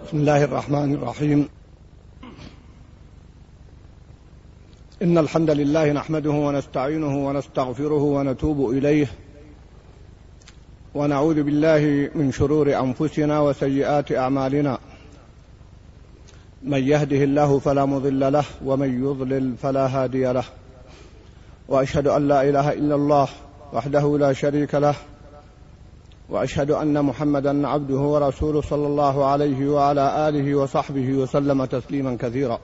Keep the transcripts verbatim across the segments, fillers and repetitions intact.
بسم الله الرحمن الرحيم. إن الحمد لله نحمده ونستعينه ونستغفره ونتوب إليه، ونعوذ بالله من شرور أنفسنا وسيئات أعمالنا. من يهده الله فلا مضل له، ومن يضلل فلا هادي له. وأشهد أن لا إله إلا الله وحده لا شريك له، وأشهد أن محمدا عبده ورسوله صلى الله عليه وعلى آله وصحبه وسلم تسليما كثيرا.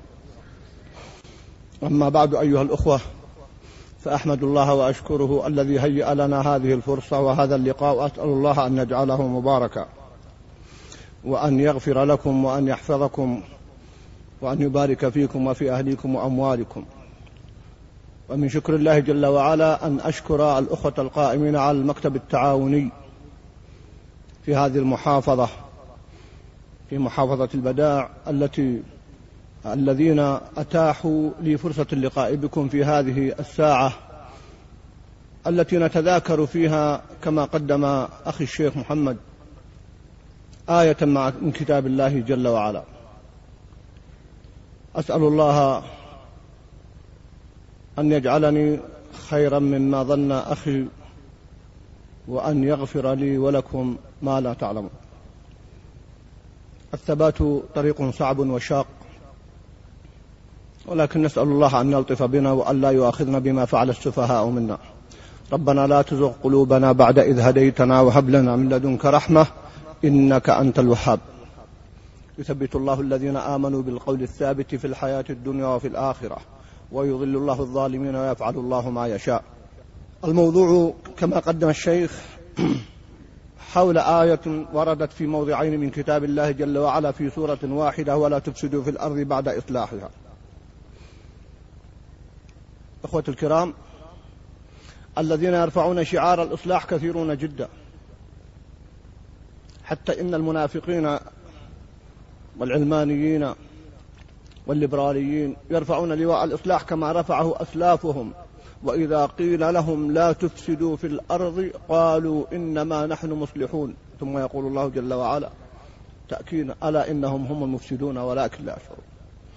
أما بعد، أيها الأخوة، فأحمد الله وأشكره الذي هيأ لنا هذه الفرصة وهذا اللقاء، وأسأل الله أن يجعله مباركا، وأن يغفر لكم وأن يحفظكم وأن يبارك فيكم وفي أهليكم وأموالكم. ومن شكر الله جل وعلا أن أشكر الأخوة القائمين على المكتب التعاوني في هذه المحافظة، في محافظة البداع، التي الذين أتاحوا لي فرصة اللقاء بكم في هذه الساعة التي نتذاكر فيها كما قدم أخي الشيخ محمد آية من كتاب الله جل وعلا. أسأل الله أن يجعلني خيرا مما ظن أخي، وأن يغفر لي ولكم ما لا تعلمون. الثبات طريق صعب وشاق، ولكن نسأل الله أن يلطف بنا وأن لا يؤاخذنا بما فعل السفهاء منا. ربنا لا تزغ قلوبنا بعد إذ هديتنا، وهب لنا من لدنك رحمة إنك أنت الوهاب. يثبت الله الذين آمنوا بالقول الثابت في الحياة الدنيا وفي الآخرة، ويضل الله الظالمين ويفعل الله ما يشاء. الموضوع كما قدم الشيخ حول آية وردت في موضعين من كتاب الله جل وعلا في سورة واحدة: ولا تفسدوا في الأرض بعد إصلاحها. أخوة الكرام، الذين يرفعون شعار الإصلاح كثيرون جدا، حتى إن المنافقين والعلمانيين والليبراليين يرفعون لواء الإصلاح كما رفعه أسلافهم، وإذا قيل لهم لا تفسدوا في الأرض قالوا إنما نحن مصلحون. ثم يقول الله جل وعلا تأكيدا: ألا إنهم هم المفسدون ولكن لا يشعرون.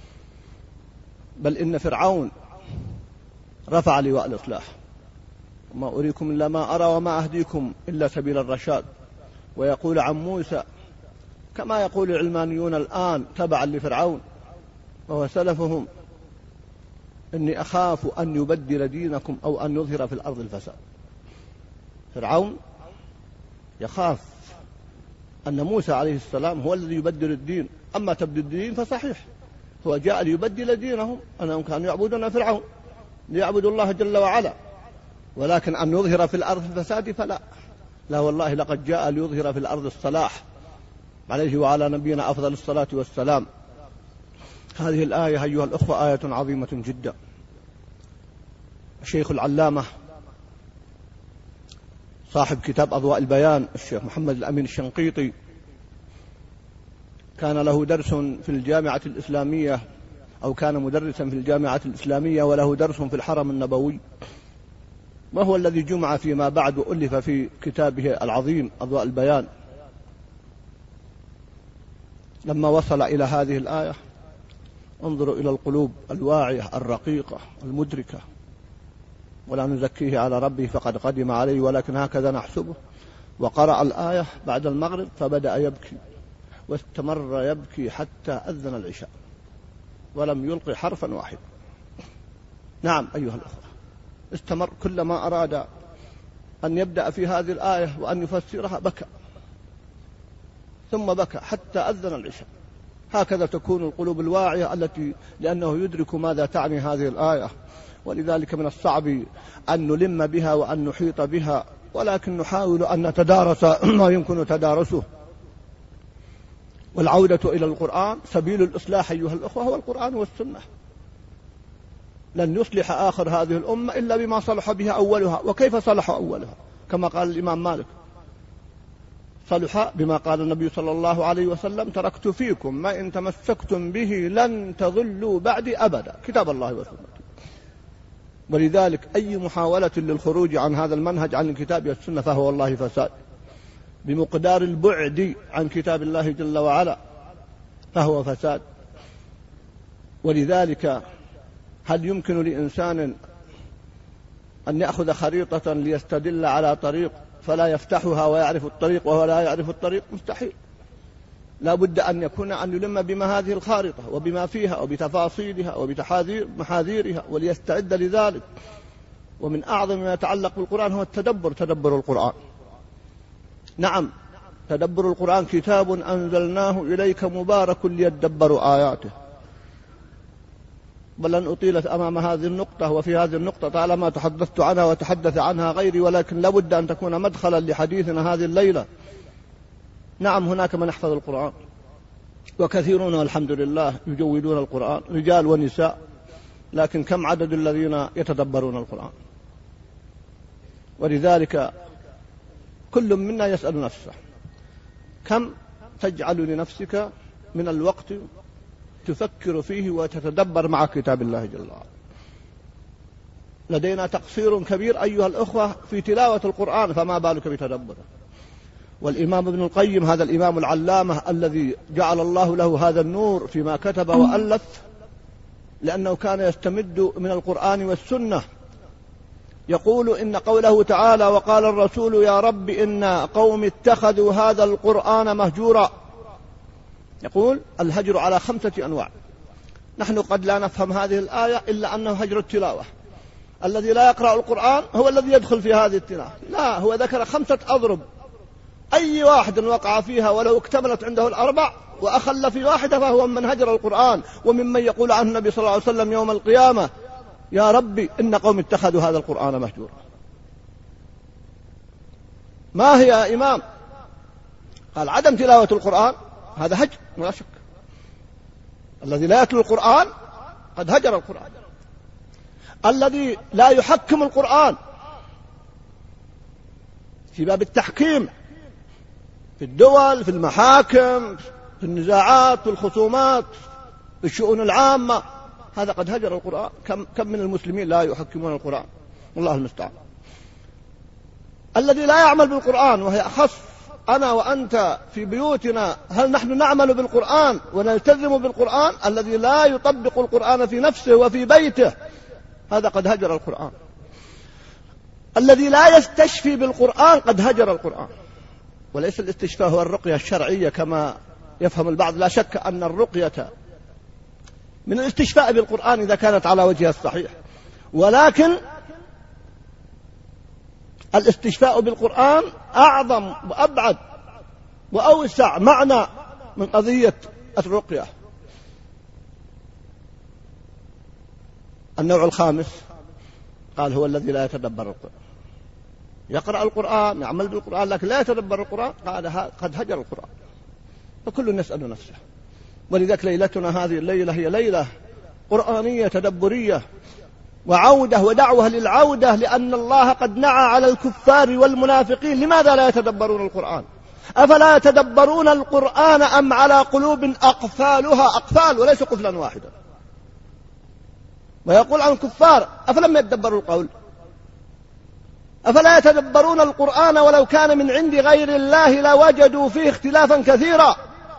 بل إن فرعون رفع لواء الإصلاح: وما أريكم إلا ما أرى وما أهديكم إلا سبيل الرشاد. ويقول عن موسى كما يقول العلمانيون الآن تبعا لفرعون وهو سلفهم: إني أخاف أن يبدل دينكم أو أن يظهر في الأرض الفساد. فرعون يخاف أن موسى عليه السلام هو الذي يبدل الدين، أما تبديل الدين فصحيح، هو جاء ليبدل دينهم، أنهم كانوا يعبدون فرعون ليعبدوا الله جل وعلا، ولكن أن يظهر في الأرض الفساد فلا. لا والله، لقد جاء ليظهر في الأرض الصلاح، عليه وعلى نبينا أفضل الصلاة والسلام. هذه الآية أيها الأخوة آية عظيمة جدا. الشيخ العلامة صاحب كتاب أضواء البيان الشيخ محمد الأمين الشنقيطي كان له درس في الجامعة الإسلامية، أو كان مدرسا في الجامعة الإسلامية، وله درس في الحرم النبوي، وهو الذي جمع فيما بعد وألف في كتابه العظيم أضواء البيان. لما وصل إلى هذه الآية: انظروا إلى القلوب الواعية الرقيقة المدركة، ولا نزكيه على ربه فقد قدم عليه ولكن هكذا نحسبه. وقرأ الآية بعد المغرب فبدأ يبكي، واستمر يبكي حتى أذن العشاء ولم يلقي حرفا واحدا. نعم أيها الأخوة، استمر، كلما أراد أن يبدأ في هذه الآية وأن يفسرها بكى، ثم بكى حتى أذن العشاء. هكذا تكون القلوب الواعية التي لأنه يدرك ماذا تعني هذه الآية. ولذلك من الصعب أن نلم بها وأن نحيط بها، ولكن نحاول أن نتدارس ما يمكن تدارسه. والعودة إلى القرآن سبيل الإصلاح أيها الأخوة، هو القرآن والسنة. لن يصلح آخر هذه الأمة إلا بما صلح بها أولها. وكيف صلح أولها؟ كما قال الإمام مالك: صلح بما قال النبي صلى الله عليه وسلم: تركت فيكم ما إن تمسكتم به لن تضلوا بعد أبدا، كتاب الله وسنته. ولذلك أي محاولة للخروج عن هذا المنهج عن الكتاب والسنة فهو والله فساد، بمقدار البعد عن كتاب الله جل وعلا. فهو فساد. ولذلك هل يمكن لإنسان أن يأخذ خريطة ليستدل على طريق فلا يفتحها ويعرف الطريق وهو لا يعرف الطريق؟ مستحيل. لا بد أن يكون أن يلم بما هذه الخارطة وبما فيها وبتفاصيلها وبمحاذيرها وليستعد لذلك. ومن أعظم ما يتعلق بالقرآن هو التدبر، تدبر القرآن. نعم، تدبر القرآن كتاب أنزلناه إليك مبارك ليدبروا آياته. بل لن أطيل أمام هذه النقطة، وفي هذه النقطة طالما تحدثت عنها وتحدث عنها غيري، ولكن لابد أن تكون مدخلا لحديثنا هذه الليلة. نعم، هناك من يحفظ القرآن وكثيرون والحمد لله يجودون القرآن، رجال ونساء، لكن كم عدد الذين يتدبرون القرآن؟ ولذلك كل منا يسأل نفسه كم تجعل لنفسك من الوقت تفكر فيه وتتدبر مع كتاب الله جل وعلا. لدينا تقصير كبير أيها الأخوة في تلاوة القرآن، فما بالك بتدبره. والإمام ابن القيم، هذا الإمام العلامة الذي جعل الله له هذا النور فيما كتب وألف، لأنه كان يستمد من القرآن والسنة، يقول إن قوله تعالى وقال الرسول يا رب إن قوم اتخذوا هذا القرآن مهجورا، يقول الهجر على خمسة أنواع. نحن قد لا نفهم هذه الآية إلا أنه هجر التلاوة، الذي لا يقرأ القرآن هو الذي يدخل في هذه التلاوة. لا، هو ذكر خمسة أضرب، أي واحد وقع فيها ولو اكتملت عنده الأربع وأخل في واحدة فهو من هجر القرآن، وممن يقول عنه النبي صلى الله عليه وسلم يوم القيامة يا ربي إن قوم اتخذوا هذا القرآن مهجورا. ما هي يا إمام؟ قال عدم تلاوة القرآن هذا هجر ولا شك. الذي لا يتلو القرآن قد هجر القرآن. الذي لا يحكم القرآن في باب التحكيم في الدول، في المحاكم، في النزاعات، في الخصومات، في الشؤون العامة، هذا قد هجر القرآن. كم, كم من المسلمين لا يحكمون القرآن، والله المستعان. الذي لا يعمل بالقرآن، وهي أخص أنا وأنت في بيوتنا، هل نحن نعمل بالقرآن ونلتزم بالقرآن؟ الذي لا يطبق القرآن في نفسه وفي بيته هذا قد هجر القرآن. الذي لا يستشفي بالقرآن قد هجر القرآن. وليس الاستشفاء هو الرقية الشرعية كما يفهم البعض، لا شك أن الرقية من الاستشفاء بالقرآن إذا كانت على وجهها الصحيح، ولكن الاستشفاء بالقرآن أعظم وأبعد وأوسع معنى من قضية الرقية. النوع الخامس قال هو الذي لا يتدبر القرآن، يقرأ القرآن يعمل بالقرآن لكن لا يتدبر القرآن، قال قد هجر القرآن. فكل يسأل نفسه. ولذلك ليلتنا هذه الليلة هي ليلة قرآنية تدبرية وعودة ودعوة للعودة، لأن الله قد نعى على الكفار والمنافقين لماذا لا يتدبرون القرآن؟ أفلا يتدبرون القرآن أم على قلوب أقفالها أقفال وليس قفلا واحدا؟ ويقول عن الكفار أفلم يتدبروا القول؟ أفلا يتدبرون القرآن ولو كان من عند غير الله لوجدوا فيه اختلافا كثيرا.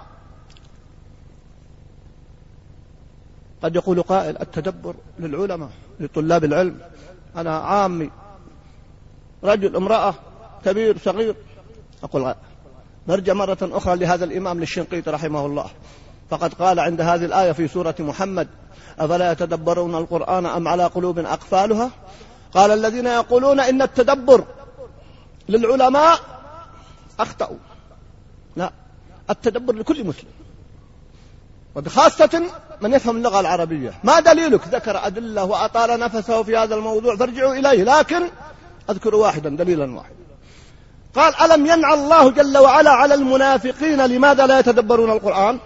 قد يقول قائل التدبر للعلماء لطلاب العلم، أنا عامي رجل امرأة كبير صغير. أقول نرجع مرة أخرى لهذا الإمام للشنقيطي رحمه الله، فقد قال عند هذه الآية في سورة محمد أفلا يتدبرون القرآن أم على قلوب أقفالها، قال الذين يقولون إن التدبر للعلماء أخطأوا. لا، التدبر لكل مسلم وبخاصة من يفهم اللغة العربية. ما دليلك؟ ذكر أدلة وأطال نفسه في هذا الموضوع فارجعوا إليه، لكن أذكر واحدا دليلا واحدا. قال ألم ينع الله جل وعلا على المنافقين لماذا لا يتدبرون القرآن؟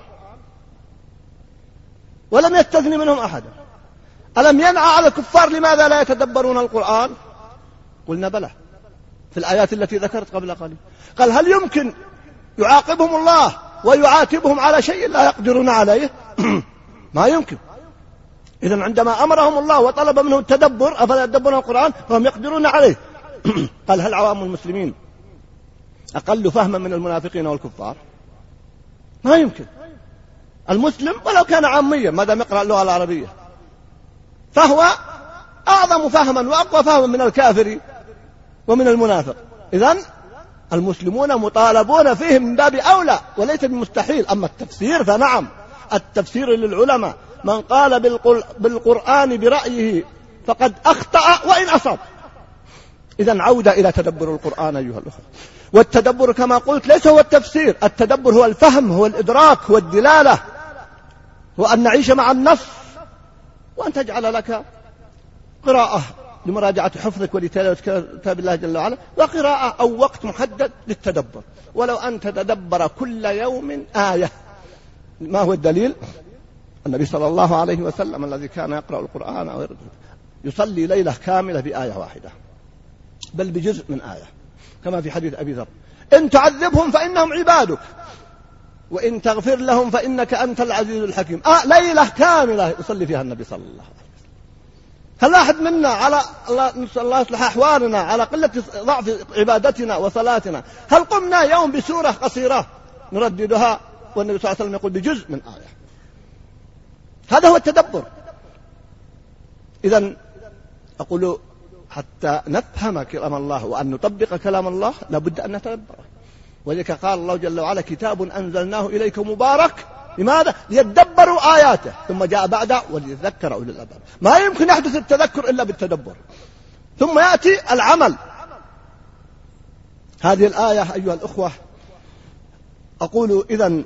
ولم يستثني منهم أحدا. ألم ينع على الكفار لماذا لا يتدبرون القرآن؟ قلنا بلى في الآيات التي ذكرت قبل قليل. قال هل يمكن يعاقبهم الله ويعاتبهم على شيء لا يقدرون عليه؟ ما يمكن. إذن عندما أمرهم الله وطلب منهم التدبر أفلا يتدبرون القرآن فهم يقدرون عليه. قال هل عوام المسلمين أقل فهما من المنافقين والكفار؟ ما يمكن. المسلم ولو كان عاميا ما دام يقرأ اللغة العربية فهو أعظم فهما وأقوى فهما من الكافر ومن المنافق. إذن المسلمون مطالبون فيهم من باب أولى وليس بمستحيل. أما التفسير فنعم، التفسير للعلماء، من قال بالقرآن برأيه فقد أخطأ وإن أصاب. إذن عودة إلى تدبر القرآن أيها الأخوة. والتدبر كما قلت ليس هو التفسير، التدبر هو الفهم، هو الإدراك، هو الدلالة، هو أن نعيش مع النص، وأن تجعل لك قراءة لمراجعة حفظك ولتلاوة كتاب الله جل وعلا، وقراءة أو وقت محدد للتدبر، ولو أن تتدبر كل يوم آية. ما هو الدليل؟ النبي صلى الله عليه وسلم الذي كان يقرأ القرآن أو يصلي ليلة كاملة بآية واحدة، بل بجزء من آية، كما في حديث أبي ذر: إن تعذبهم فإنهم عبادك وإن تغفر لهم فإنك أنت العزيز الحكيم. آه ليلة كاملة يصلي فيها النبي صلى الله عليه وسلم. هل أحد منا على الله نسأل الله يصلح أحوالنا على قلة ضعف عبادتنا وصلاتنا هل قمنا يوم بسورة قصيرة نرددها والنبي صلى الله عليه وسلم يقول بجزء من آية؟ هذا هو التدبر. إذن أقول حتى نفهم كلام الله وأن نطبق كلام الله لابد أن نتدبره. ولذلك قال الله جل وعلا: كتاب أنزلناه إليك مبارك. لماذا؟ ليتدبروا آياته. ثم جاء بعد وليذكر أولي الألباب. ما يمكن يحدث التذكر إلا بالتدبر. ثم يأتي العمل. هذه الآية أيها الأخوة أقول إذن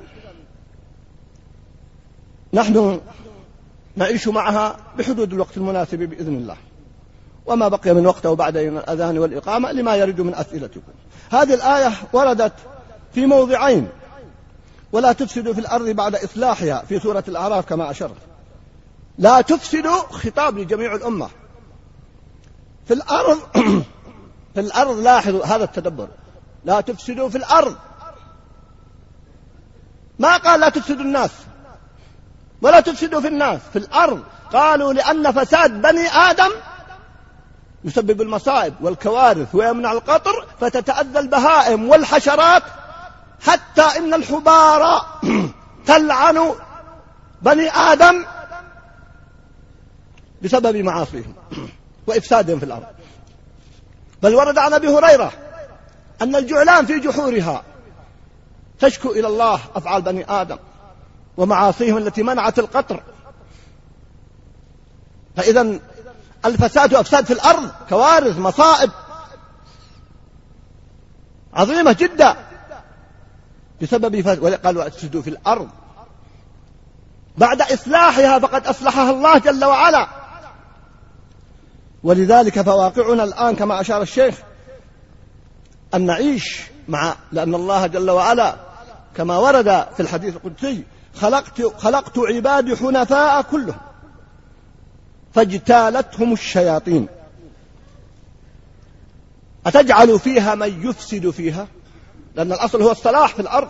نحن نعيش معها بحدود الوقت المناسب بإذن الله، وما بقي من وقته بعد الأذان والإقامة لما يرد من أسئلتكم. هذه الآية وردت في موضعين: ولا تفسدوا في الأرض بعد إصلاحها في سورة الأعراف كما أشرت. لا تفسدوا خطاب لجميع الأمة في الأرض. في الأرض لاحظوا هذا التدبر: لا تفسدوا في الأرض، ما قال لا تفسدوا الناس ولا تفسدوا في الناس، في الأرض. قالوا لأن فساد بني آدم يسبب المصائب والكوارث ويمنع القطر، فتتأذى البهائم والحشرات، حتى إن الحبار تلعن بني آدم بسبب معاصيهم وإفسادهم في الأرض. بل ورد عن أبي هريرة أن الجعلان في جحورها تشكو إلى الله أفعال بني آدم ومعاصيهم التي منعت القطر. فإذا الفساد وأفساد في الأرض كوارث مصائب عظيمة جدا بسبب فساد. وقالوا أفسدوا في الأرض بعد إصلاحها فقد أصلحها الله جل وعلا. ولذلك فواقعنا الآن كما أشار الشيخ أن نعيش مع، لأن الله جل وعلا كما ورد في الحديث القدسي: خلقت, خلقت عبادي حنفاء كلهم فاجتالتهم الشياطين أتجعل فيها من يفسد فيها؟ لأن الأصل هو الصلاح في الأرض.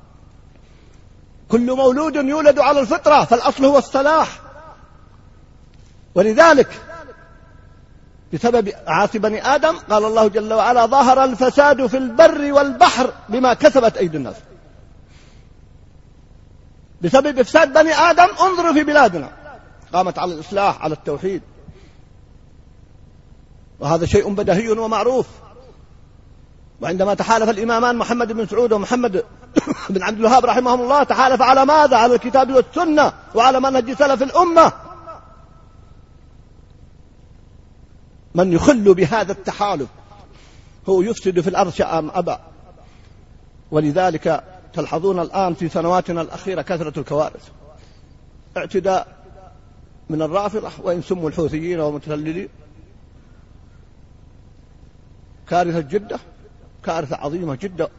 كل مولود يولد على الفطرة، فالأصل هو الصلاح. ولذلك بسبب عاصي بني آدم قال الله جل وعلا: ظهر الفساد في البر والبحر بما كسبت أيدي الناس. بسبب إفساد بني آدم انظروا في بلادنا قامت على الإصلاح على التوحيد، وهذا شيء بديهي ومعروف. وعندما تحالف الإمامان محمد بن سعود ومحمد بن عبد الوهاب رحمهم الله تحالف على ماذا؟ على الكتاب والسنة وعلى منهج سلف الأمة. من يخل بهذا التحالف هو يفسد في الأرض شاء أم أبى. ولذلك تلحظون الآن في سنواتنا الأخيرة كثرة الكوارث، اعتداء من الرافضة وإن سموا الحوثيين والمتهللين، كارثة جدا، كارثة عظيمة جدا.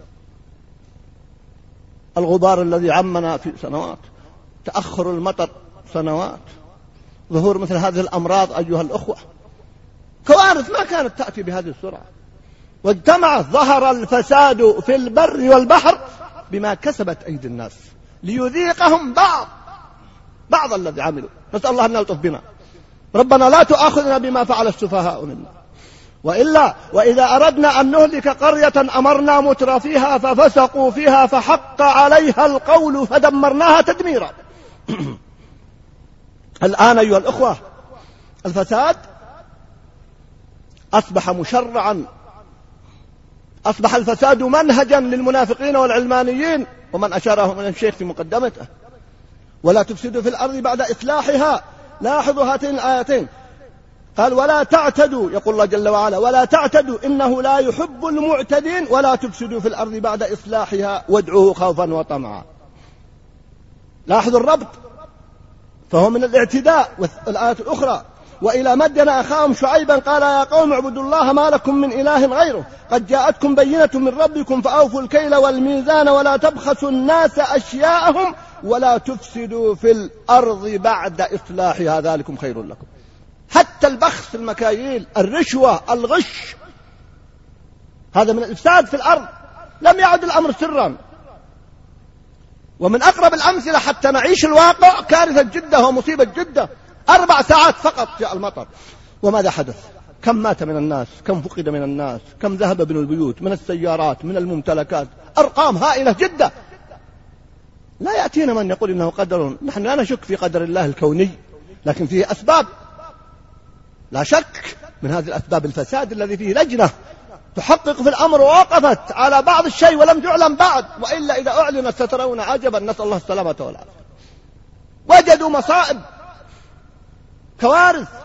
الغبار الذي عمنا في سنوات، تأخر المطر سنوات، ظهور مثل هذه الأمراض أيها الأخوة، كوارث ما كانت تأتي بهذه السرعة. واجتمعت ظهر الفساد في البر والبحر بما كسبت أيدي الناس ليذيقهم بعض بعض الذي عملوا. نسأل الله أن يلطف بنا. ربنا لا تؤاخذنا بما فعل السفهاء منا وإلا وإذا أردنا أن نهلك قرية أمرنا متر فيها ففسقوا فيها فحق عليها القول فدمرناها تدميرا. الآن أيها الأخوة الفساد أصبح مشرعا، أصبح الفساد منهجا للمنافقين والعلمانيين، ومن أشارهم من الشيخ في مقدمته: ولا تفسدوا في الأرض بعد إصلاحها. لاحظوا هاتين الآيتين، قال ولا تعتدوا، يقول الله جل وعلا ولا تعتدوا إنه لا يحب المعتدين، ولا تفسدوا في الأرض بعد إصلاحها وادعوه خوفا وطمعا. لاحظوا الربط، فهو من الاعتداء. والآية الأخرى: وإلى مدين أخاهم شعيبا قال يا قوم اعبدوا الله ما لكم من إله غيره قد جاءتكم بينة من ربكم فأوفوا الكيل والميزان ولا تبخسوا الناس أشياءهم ولا تفسدوا في الأرض بعد إصلاحها ذلكم خير لكم. حتى البخس، المكاييل، الرشوة، الغش، هذا من الإفساد في الأرض. لم يعد الأمر سرا. ومن أقرب الأمثلة حتى نعيش الواقع كارثة جدة ومصيبة جدة. أربع ساعات فقط جاء المطر، وماذا حدث؟ كم مات من الناس، كم فقد من الناس، كم ذهب من البيوت، من السيارات، من الممتلكات، أرقام هائلة جدا. لا يأتينا من يقول إنه قدر، نحن لا نشك في قدر الله الكوني، لكن فيه أسباب لا شك. من هذه الأسباب الفساد الذي فيه لجنة تحقق في الأمر ووقفت على بعض الشيء ولم تعلم بعد، وإلا إذا أعلنت سترون عجبا، نسأل الله السلامة والعافية. وجدوا مصائب، كوارث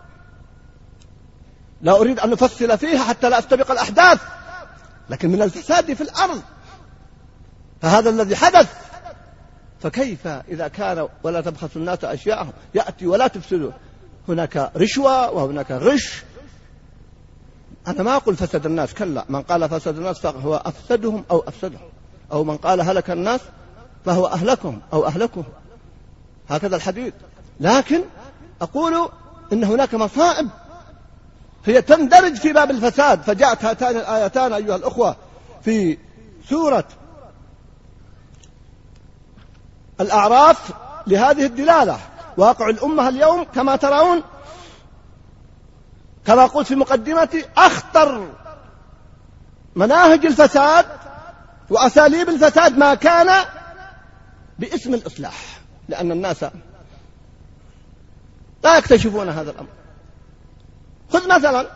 لا أريد أن نفصل فيها حتى لا أستبق الأحداث، لكن من الفساد في الأرض. فهذا الذي حدث. فكيف إذا كان ولا تبخسوا الناس أشياءهم يأتي ولا تفسدوا؟ هناك رشوة وهناك غش. أنا ما أقول فسد الناس، كلا، من قال فسد الناس فهو أفسدهم أو أفسدهم، أو من قال هلك الناس فهو أهلكهم أو أهلكهم، هكذا الحديث. لكن أقول إن هناك مصائب هي تندرج في باب الفساد. فجاءت هاتان الآيتان أيها الأخوة في سورة الأعراف لهذه الدلالة. واقع الأمة اليوم كما ترون، كما قلت في مقدمتي، أخطر مناهج الفساد وأساليب الفساد ما كان باسم الإصلاح، لأن الناس لا يكتشفون هذا الأمر. خذ مثلا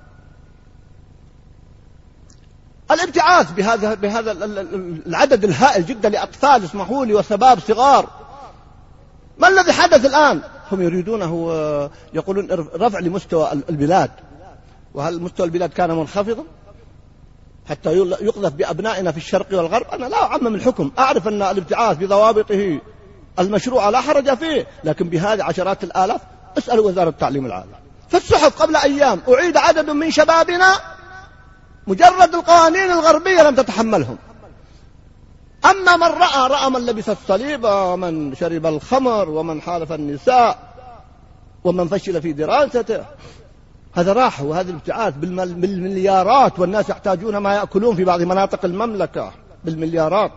الابتعاث بهذا بهذا العدد الهائل جدا لأطفال، اسمحوا لي، وشباب صغار. ما الذي حدث الآن؟ هم يريدونه، يقولون رفع لمستوى البلاد. وهل مستوى البلاد كان منخفضا حتى يقذف بأبنائنا في الشرق والغرب؟ أنا لا أعمم الحكم، أعرف أن الابتعاث بضوابطه المشروع لا حرج فيه، لكن بهذه عشرات الآلاف. اسألوا وزارة التعليم العالي. في الصحف قبل أيام أعيد عدد من شبابنا مجرد القوانين الغربية لم تتحملهم. أما من رأى رأى من لبس الصليب ومن شرب الخمر ومن حالف النساء ومن فشل في دراسته، هذا راح. وهذا الابتعاث بالمليارات، والناس يحتاجون ما يأكلون في بعض مناطق المملكة بالمليارات.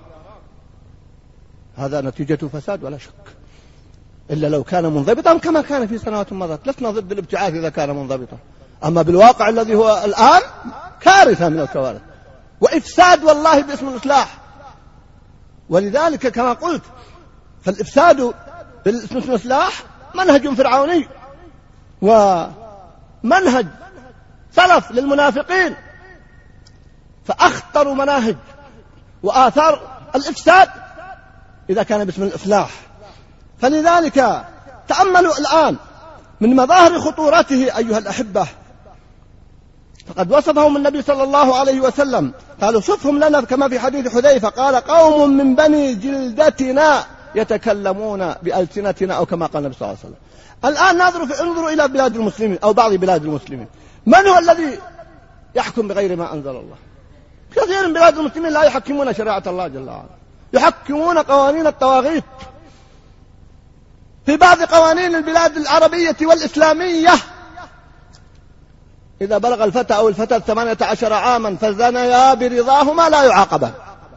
هذا نتيجة فساد ولا شك، إلا لو كان منضبطا كما كان في سنوات مضت. لسنا ضد الابتعاث إذا كان منضبطا، أما بالواقع الذي هو الآن كارثة من الكوارث وإفساد والله باسم الإصلاح. ولذلك كما قلت، فالإفساد باسم الإصلاح منهج فرعوني ومنهج سلف للمنافقين. فأخطر مناهج وآثار الإفساد إذا كان باسم الإصلاح. فلذلك تأملوا الآن من مظاهر خطورته أيها الأحبة. فقد وصفهم النبي صلى الله عليه وسلم، قالوا صفهم لنا كما في حديث حذيفة، قال قوم من بني جلدتنا يتكلمون بألسنتنا، أو كما قال النبي صلى الله عليه وسلم. الآن نظروا انظروا إلى بلاد المسلمين أو بعض بلاد المسلمين، من هو الذي يحكم بغير ما أنزل الله؟ كثير من بلاد المسلمين لا يحكمون شريعة الله جل وعلا، يحكمون قوانين الطواغيت. في بعض قوانين البلاد العربية والإسلامية إذا بلغ الفتى أو الفتاة ثمانية عشر عاما فزنيا برضاهما لا يعاقبان.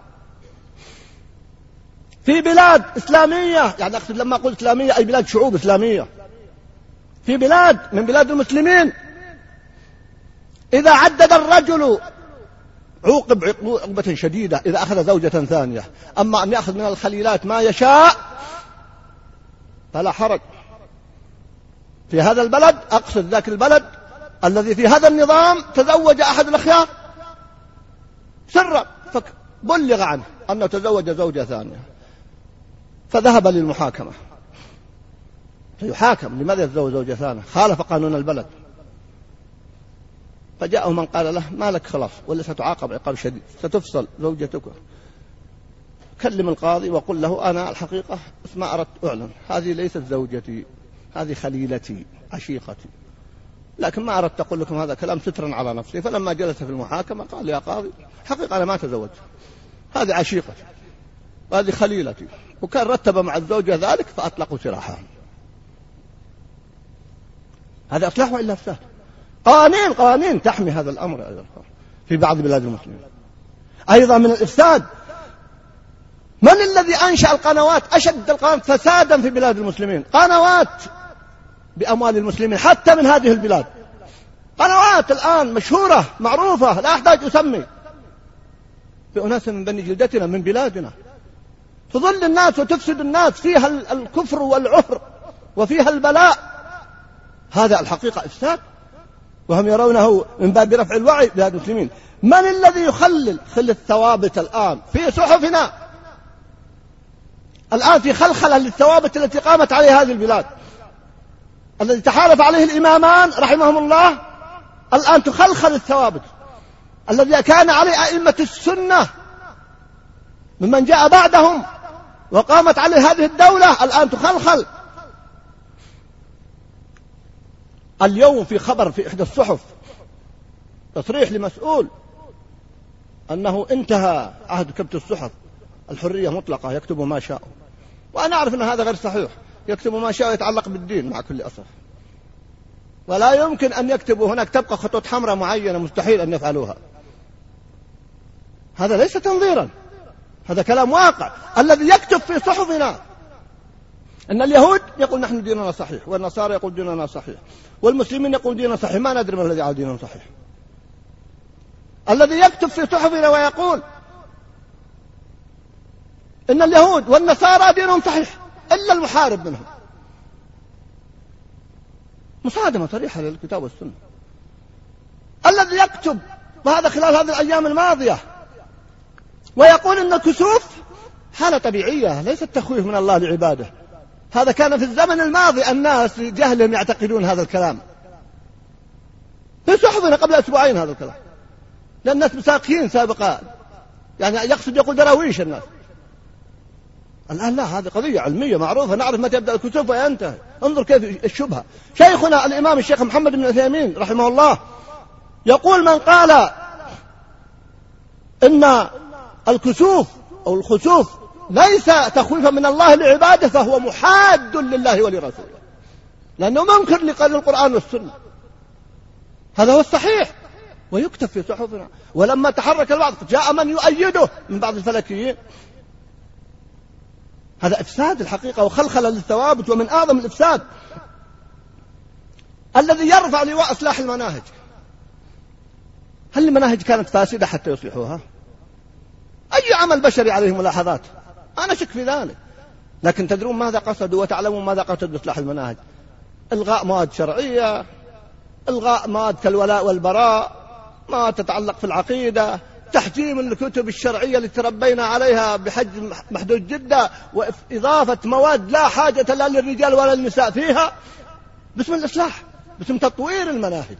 في بلاد إسلامية، يعني أقصد لما أقول إسلامية أي بلاد شعوب إسلامية، في بلاد من بلاد المسلمين إذا عدد الرجل عوقب عقوبة شديدة إذا أخذ زوجة ثانية، أما أن يأخذ من الخليلات ما يشاء فلا حرج. في هذا البلد، أقصد ذاك البلد الذي في هذا النظام، تزوج أحد الأخيار سرا فبلغ عنه أنه تزوج زوجة ثانية، فذهب للمحاكمة فيحاكم لماذا يتزوج زوجة ثانية، خالف قانون البلد. فجاءه من قال له ما لك خلاص ولا ستعاقب عقاب شديد، ستفصل زوجتك. كلم القاضي وقل له أنا الحقيقة ما أردت أعلن، هذه ليست زوجتي، هذه خليلتي عشيقتي، لكن ما أردت أقول لكم هذا كلام سترا على نفسي. فلما جلس في المحاكمة قال يا قاضي حقيقة أنا ما تزوجت، هذه عشيقتي وهذه خليلتي، وكان رتب مع الزوجة ذلك فأطلقوا سراحها. هذا إصلاح وإلا إفساد؟ قوانين قوانين تحمي هذا الأمر أيضا في بعض بلاد المسلمين. أيضا من الإفساد من الذي أنشأ القنوات أشد القنوات فسادا في بلاد المسلمين؟ قنوات بأموال المسلمين حتى من هذه البلاد، قنوات الآن مشهورة معروفة لا أحتاج أسمي، بأناس من بني جلدتنا من بلادنا، تضل الناس وتفسد الناس، فيها الكفر والعهر وفيها البلاء. هذا الحقيقة إفساد، وهم يرونه من باب رفع الوعي بلاد المسلمين. من الذي يخلل خل الثوابت الآن في صحفنا؟ الآن في خلخلة للثوابت التي قامت عليها هذه البلاد، الذي تحالف عليه الإمامان رحمهم الله، الآن تخلخل الثوابت الذي كان عليه أئمة السنة ممن جاء بعدهم وقامت عليه هذه الدولة، الآن تخلخل. اليوم في خبر في إحدى الصحف تصريح لمسؤول أنه انتهى عهد كتب الصحف، الحرية مطلقة يكتب ما شاء، وأنا أعرف أن هذا غير صحيح، يكتب ما شاء يتعلق بالدين مع كل أسف، ولا يمكن أن يكتبوا هناك تبقى خطوط حمراء معينة مستحيل أن يفعلوها. هذا ليس تنظيرا، هذا كلام واقع. الذي يكتب في صحفنا أن اليهود يقول نحن ديننا صحيح، والنصارى يقول ديننا صحيح، والمسلمين يقول ديننا صحيح، ما ندري ما الذي على ديننا صحيح. الذي يكتب في صحفنا ويقول إن اليهود والنصارى دينهم صحيح إلا المحارب منهم، مصادمة صريحة للكتاب والسنة. الذي يكتب وهذا خلال هذه الأيام الماضية ويقول إن الكسوف حالة طبيعية ليست تخويف من الله لعباده، هذا كان في الزمن الماضي الناس جهلهم يعتقدون هذا الكلام في صحفنا قبل أسبوعين، هذا الكلام لأن الناس مساكين سابقا، يعني يقصد يقول دراويش الناس. الآن لا، هذه قضية علمية معروفة، نعرف متى يبدأ الكسوف وينتهي. انظر كيف الشبهة. شيخنا الإمام الشيخ محمد بن عثيمين رحمه الله يقول من قال إن الكسوف أو الخسوف ليس تخويفا من الله لعباده فهو محاد لله ولرسوله، لأنه منكر للقرآن والسنة. هذا هو الصحيح ويكتب في صحفنا. ولما تحرك البعض جاء من يؤيده من بعض الفلكيين. هذا إفساد الحقيقة وخلخل للثوابت، ومن أعظم الإفساد الذي يرفع لواء إصلاح المناهج. هل المناهج كانت فاسدة حتى يصلحوها؟ أي عمل بشري عليه ملاحظات، أنا شك في ذلك، لكن تدرون ماذا قصدوا وتعلمون ماذا قصدوا بإصلاح المناهج؟ إلغاء مواد شرعية، إلغاء مواد كالولاء والبراء، ما تتعلق في العقيدة، تحجيم الكتب الشرعية اللي تربينا عليها بحجم محدود جدا، وإضافة مواد لا حاجة لا للرجال ولا للنساء فيها باسم الإصلاح، باسم تطوير المناهج.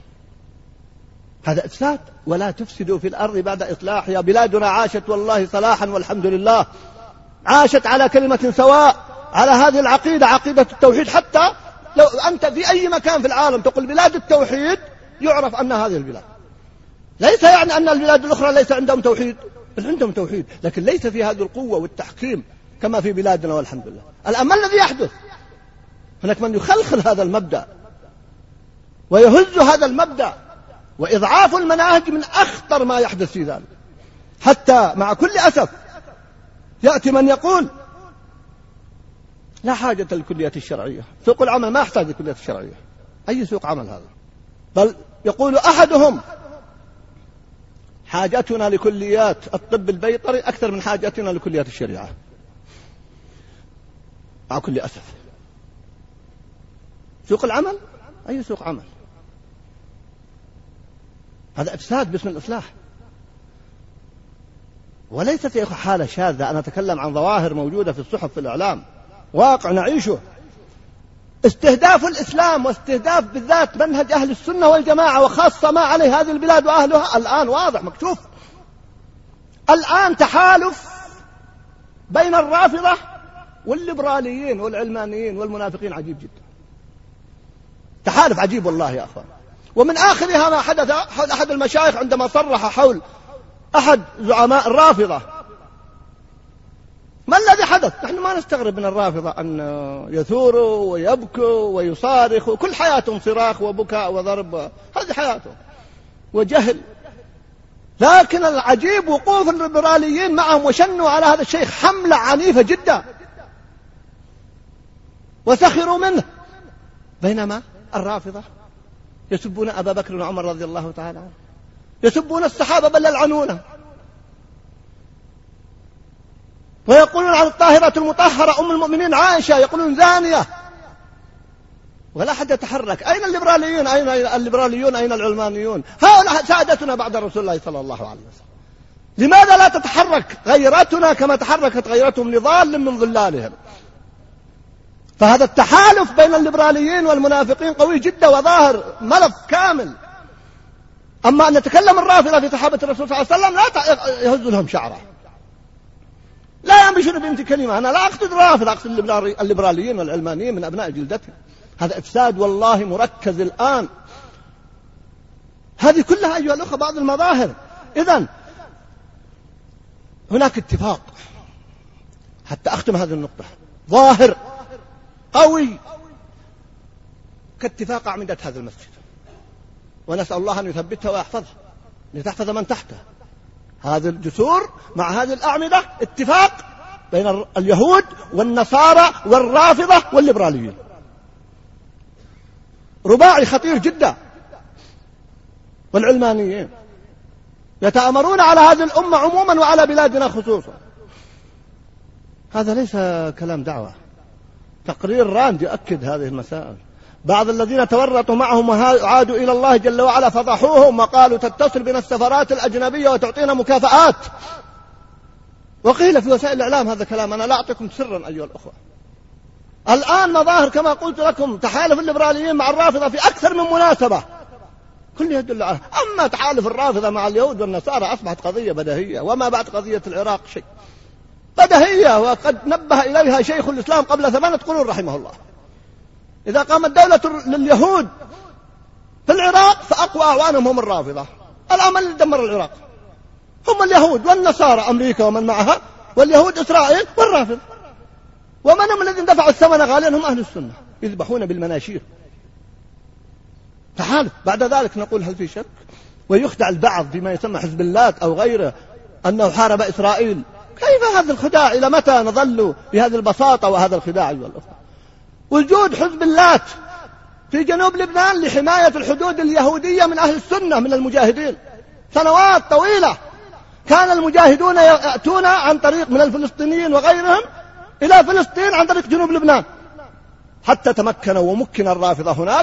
هذا إفساد. ولا تفسدوا في الأرض بعد إصلاحها. بلادنا عاشت والله صلاحا والحمد لله، عاشت على كلمة سواء، على هذه العقيدة، عقيدة التوحيد. حتى لو أنت في أي مكان في العالم تقول بلاد التوحيد يعرف أن هذه البلاد، ليس يعني أن البلاد الأخرى ليس عندهم توحيد، بل عندهم توحيد، لكن ليس في هذه القوة والتحكيم كما في بلادنا والحمد لله. الآن ما الذي يحدث؟ هناك من يخلخل هذا المبدأ ويهز هذا المبدأ، وإضعاف المناهج من أخطر ما يحدث في ذلك. حتى مع كل أسف يأتي من يقول لا حاجة للكليات الشرعية، سوق العمل ما يحتاج للكليات الشرعية. أي سوق عمل هذا؟ بل يقول أحدهم: حاجتنا لكليات الطب البيطري أكثر من حاجتنا لكليات الشريعة. مع كل أسف. سوق العمل أي سوق عمل؟ هذا إفساد باسم الإصلاح، وليست يا أخي حالة شاذة. أنا أتكلم عن ظواهر موجودة في الصحف في الإعلام، واقع نعيشه. استهداف الإسلام واستهداف بالذات منهج أهل السنة والجماعة، وخاصة ما عليه هذه البلاد وأهلها الآن واضح مكشوف. الآن تحالف بين الرافضة والليبراليين والعلمانيين والمنافقين عجيب جدا، تحالف عجيب والله يا أخوان. ومن آخرها ما حدث حول أحد المشايخ عندما صرح حول أحد زعماء الرافضة. ما الذي حدث؟ نحن ما نستغرب من الرافضة أن يثوروا ويبكوا ويصارخوا، كل حياتهم صراخ وبكاء وضرب، هذه حياتهم وجهل. لكن العجيب وقوف الليبراليين معهم، وشنوا على هذا الشيخ حملة عنيفة جدا وسخروا منه، بينما الرافضة يسبون أبا بكر وعمر رضي الله تعالى عنه، يسبون الصحابة بل يلعنونه، ويقولون عن الطاهرة المطهرة أم المؤمنين عائشة يقولون زانية، ولا أحد يتحرك. أين الليبراليون؟ أين الليبراليون؟ أين العلمانيون؟ هؤلاء سادتنا بعد رسول الله صلى الله عليه وسلم. لماذا لا تتحرك غيرتنا كما تحركت غيرتهم لضال من ضلالهم؟ فهذا التحالف بين الليبراليين والمنافقين قوي جدا وظاهر ملف كامل. أما أن نتكلم الرافضة في صحابة الرسول صلى الله عليه وسلم لا يهز لهم شعره، لا ينبشون بنت كلمة. أنا لا أقصد الرافضة، أقصد الليبراليين والعلمانيين من أبناء جلدتهم. هذا إفساد والله مركز الآن. هذه كلها أيها الأخوة بعض المظاهر. إذن هناك اتفاق، حتى أختم هذه النقطة، ظاهر قوي كاتفاق أعمدة هذا المسجد، ونسأل الله أن يثبتها ويحفظها لتحفظ من تحته. هذه الجسور مع هذه الأعمدة اتفاق بين اليهود والنصارى والرافضة والليبراليين، رباعي خطير جدا. والعلمانيين يتآمرون على هذه الأمة عموما وعلى بلادنا خصوصا. هذا ليس كلام دعوة، تقرير راند يؤكد هذه المسائل. بعض الذين تورطوا معهم وعادوا إلى الله جل وعلا فضحوهم وقالوا تتصل بنا السفارات الأجنبية وتعطينا مكافآت. وقيل في وسائل الإعلام هذا كلام، أنا لا أعطيكم سرا أيها الأخوة. الآن مظاهر كما قلت لكم تحالف الليبراليين مع الرافضة في أكثر من مناسبة، كل يدل على. أما تحالف الرافضة مع اليهود والنصارى أصبحت قضية بديهية، وما بعد قضية العراق شيء بديهية، وقد نبه إليها شيخ الإسلام قبل ثمانية قرون رحمه الله. إذا قامت دولة لليهود في العراق فأقوى أعوانهم هم الرافضة. العمل اللي دمر العراق هم اليهود والنصارى، أمريكا ومن معها، واليهود إسرائيل والرافضة. ومن هم الذين دفعوا الثمن غاليا؟ هم أهل السنة يذبحون بالمناشير. تحالف. بعد ذلك نقول هل في شك؟ ويخدع البعض بما يسمى حزب الله أو غيره أنه حارب إسرائيل. كيف هذا الخداع؟ إلى متى نظل بهذه البساطة وهذا الخداع أيها الأخوة؟ وجود حزب الله في جنوب لبنان لحماية الحدود اليهودية من أهل السنة من المجاهدين سنوات طويلة. كان المجاهدون يأتون عن طريق من الفلسطينيين وغيرهم إلى فلسطين عن طريق جنوب لبنان، حتى تمكنوا ومكن الرافضة هناك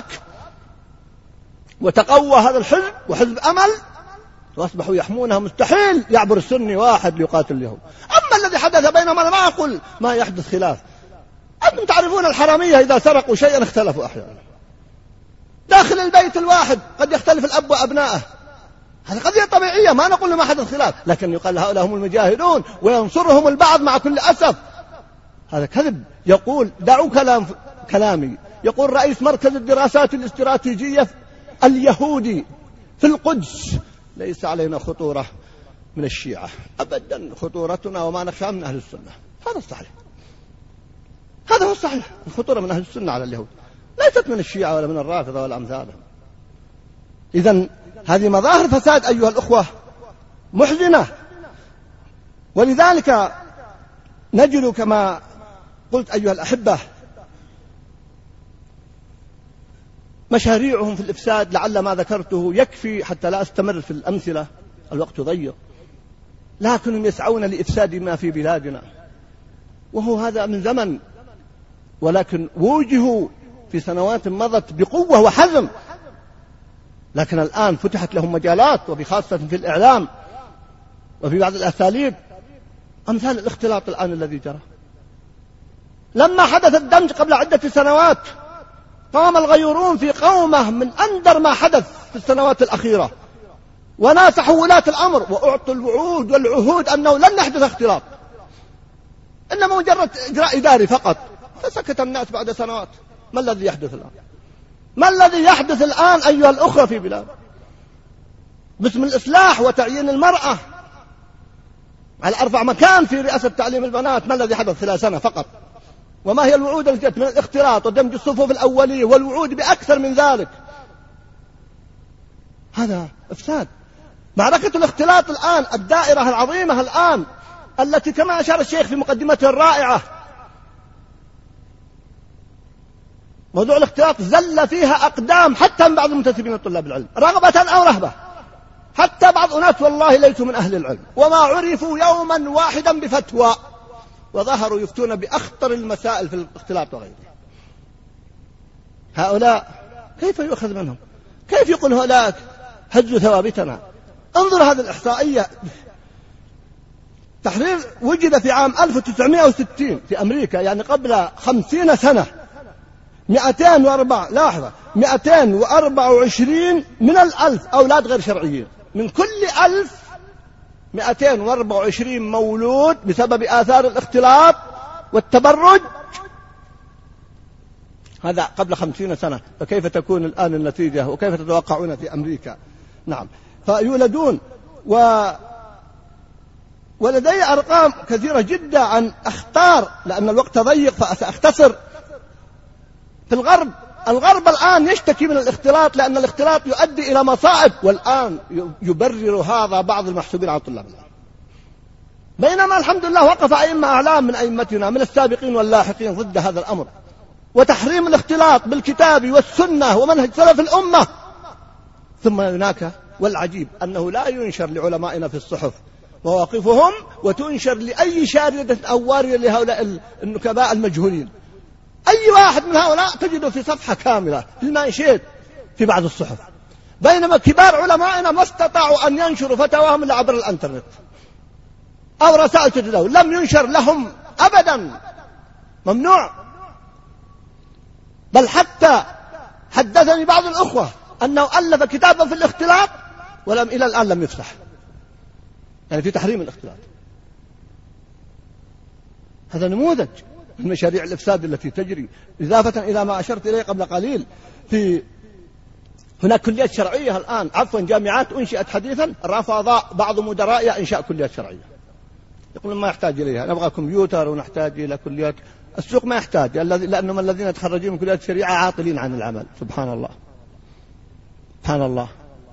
وتقوى هذا الحزب وحزب أمل، وأصبحوا يحمونها. مستحيل يعبر السني واحد ليقاتل اليهود. أما الذي حدث بينهم أنا ما أقول ما يحدث خلاف. أنتم تعرفون الحرامية إذا سرقوا شيئا اختلفوا أحيانا داخل البيت الواحد، قد يختلف الأب وأبنائه، هذه قضية طبيعية، ما نقول ما حدث خلاف، لكن يقال هؤلاء هم المجاهدون وينصرهم البعض مع كل أسف. هذا كذب. يقول دعوا كلام كلامي يقول رئيس مركز الدراسات الاستراتيجية اليهودي في القدس: ليس علينا خطورة من الشيعة أبدا، خطورتنا وما نخشى من أهل السنة. هذا الصحيح، هذا هو الصحيح. الخطورة من أهل السنة على اليهود، ليست من الشيعة ولا من الرافضة ولا أمثالهم. إذن هذه مظاهر فساد أيها الأخوة محزنة. ولذلك نجد كما قلت أيها الأحبة مشاريعهم في الإفساد لعل ما ذكرته يكفي حتى لا أستمر في الأمثلة، الوقت ضيق، لكنهم يسعون لإفساد ما في بلادنا، وهو هذا من زمن، ولكن وجهوا في سنوات مضت بقوة وحزم، لكن الآن فتحت لهم مجالات، وبخاصة في الإعلام وفي بعض الأساليب، أمثال الاختلاط الآن الذي جرى. لما حدث الدمج قبل عدة سنوات قام الغيورون في قومه من أندر ما حدث في السنوات الأخيرة، وناصحوا ولاة الأمر وأعطوا الوعود والعهود أنه لن يحدث اختلاط، إنما مجرد إجراء إداري فقط، فسكت الناس بعد سنوات. ما الذي يحدث الآن؟ ما الذي يحدث الآن أيها الأخوة في بلاد باسم الإصلاح وتعيين المرأة على أرفع مكان في رئاسة تعليم البنات؟ ما الذي حدث خلال سنة فقط؟ وما هي الوعود التي جاءت من الاختلاط ودمج الصفوف الأولية والوعود بأكثر من ذلك؟ هذا إفساد. معركة الاختلاط الآن، الدائرة العظيمة الآن التي كما أشار الشيخ في مقدمته الرائعة، موضوع الاختلاط زل فيها أقدام حتى من بعض المنتسبين لطلاب العلم رغبة أو رهبة، حتى بعض أناس والله ليسوا من أهل العلم وما عرفوا يوما واحدا بفتوى، وظهروا يفتون بأخطر المسائل في الاختلاط وغيره. هؤلاء كيف يؤخذ منهم؟ كيف يقول هؤلاء هزوا ثوابتنا؟ انظر هذه الإحصائية، تحرير وجد في عام ألف وتسعمائة وستين في أمريكا، يعني قبل خمسين سنة، مئتين وأربعة لاحظة مئتين وأربعة وعشرين من الألف أولاد غير شرعيين، من كل ألف مئتين وأربعة وعشرين مولود بسبب آثار الاختلاط والتبرج. هذا قبل خمسين سنة، فكيف تكون الآن النتيجة وكيف تتوقعون في أمريكا؟ نعم، فيولدون و... ولدي أرقام كثيرة جدا عن أختار، لأن الوقت ضيق فسأختصر. في الغرب، الغرب الآن يشتكي من الاختلاط لأن الاختلاط يؤدي إلى مصائب، والآن يبرر هذا بعض المحسوبين على طلاب العلم، بينما الحمد لله وقف أئمة أعلام من أئمتنا من السابقين واللاحقين ضد هذا الأمر وتحريم الاختلاط بالكتاب والسنة ومنهج سلف الأمة. ثم هناك والعجيب أنه لا ينشر لعلمائنا في الصحف مواقفهم، وتنشر لأي شاردة أو وارية لهؤلاء النكباء المجهولين. أي واحد من هؤلاء تجده في صفحة كاملة في المانشيت في بعض الصحف، بينما كبار علمائنا ما استطاعوا أن ينشروا فتواهم إلا عبر الانترنت أو رسائل تتداول، لم ينشر لهم أبدا، ممنوع. بل حتى حدثني بعض الأخوة أنه ألف كتابا في الاختلاط ولم إلى الآن لم يفتح، يعني في تحريم الاختلاط. هذا نموذج من مشاريع الإفساد التي تجري، إضافة إلى ما أشرت إليه قبل قليل. في هناك كليات شرعية الآن، عفوا جامعات أنشئت حديثا، رفض بعض مدرائها إنشاء كليات شرعية، يقولون ما يحتاج إليها، نبغى كمبيوتر ونحتاج إلى كليات. السوق ما يحتاج، لأنهم الذين يتخرجون من كليات الشريعة عاطلين عن العمل. سبحان الله سبحان الله،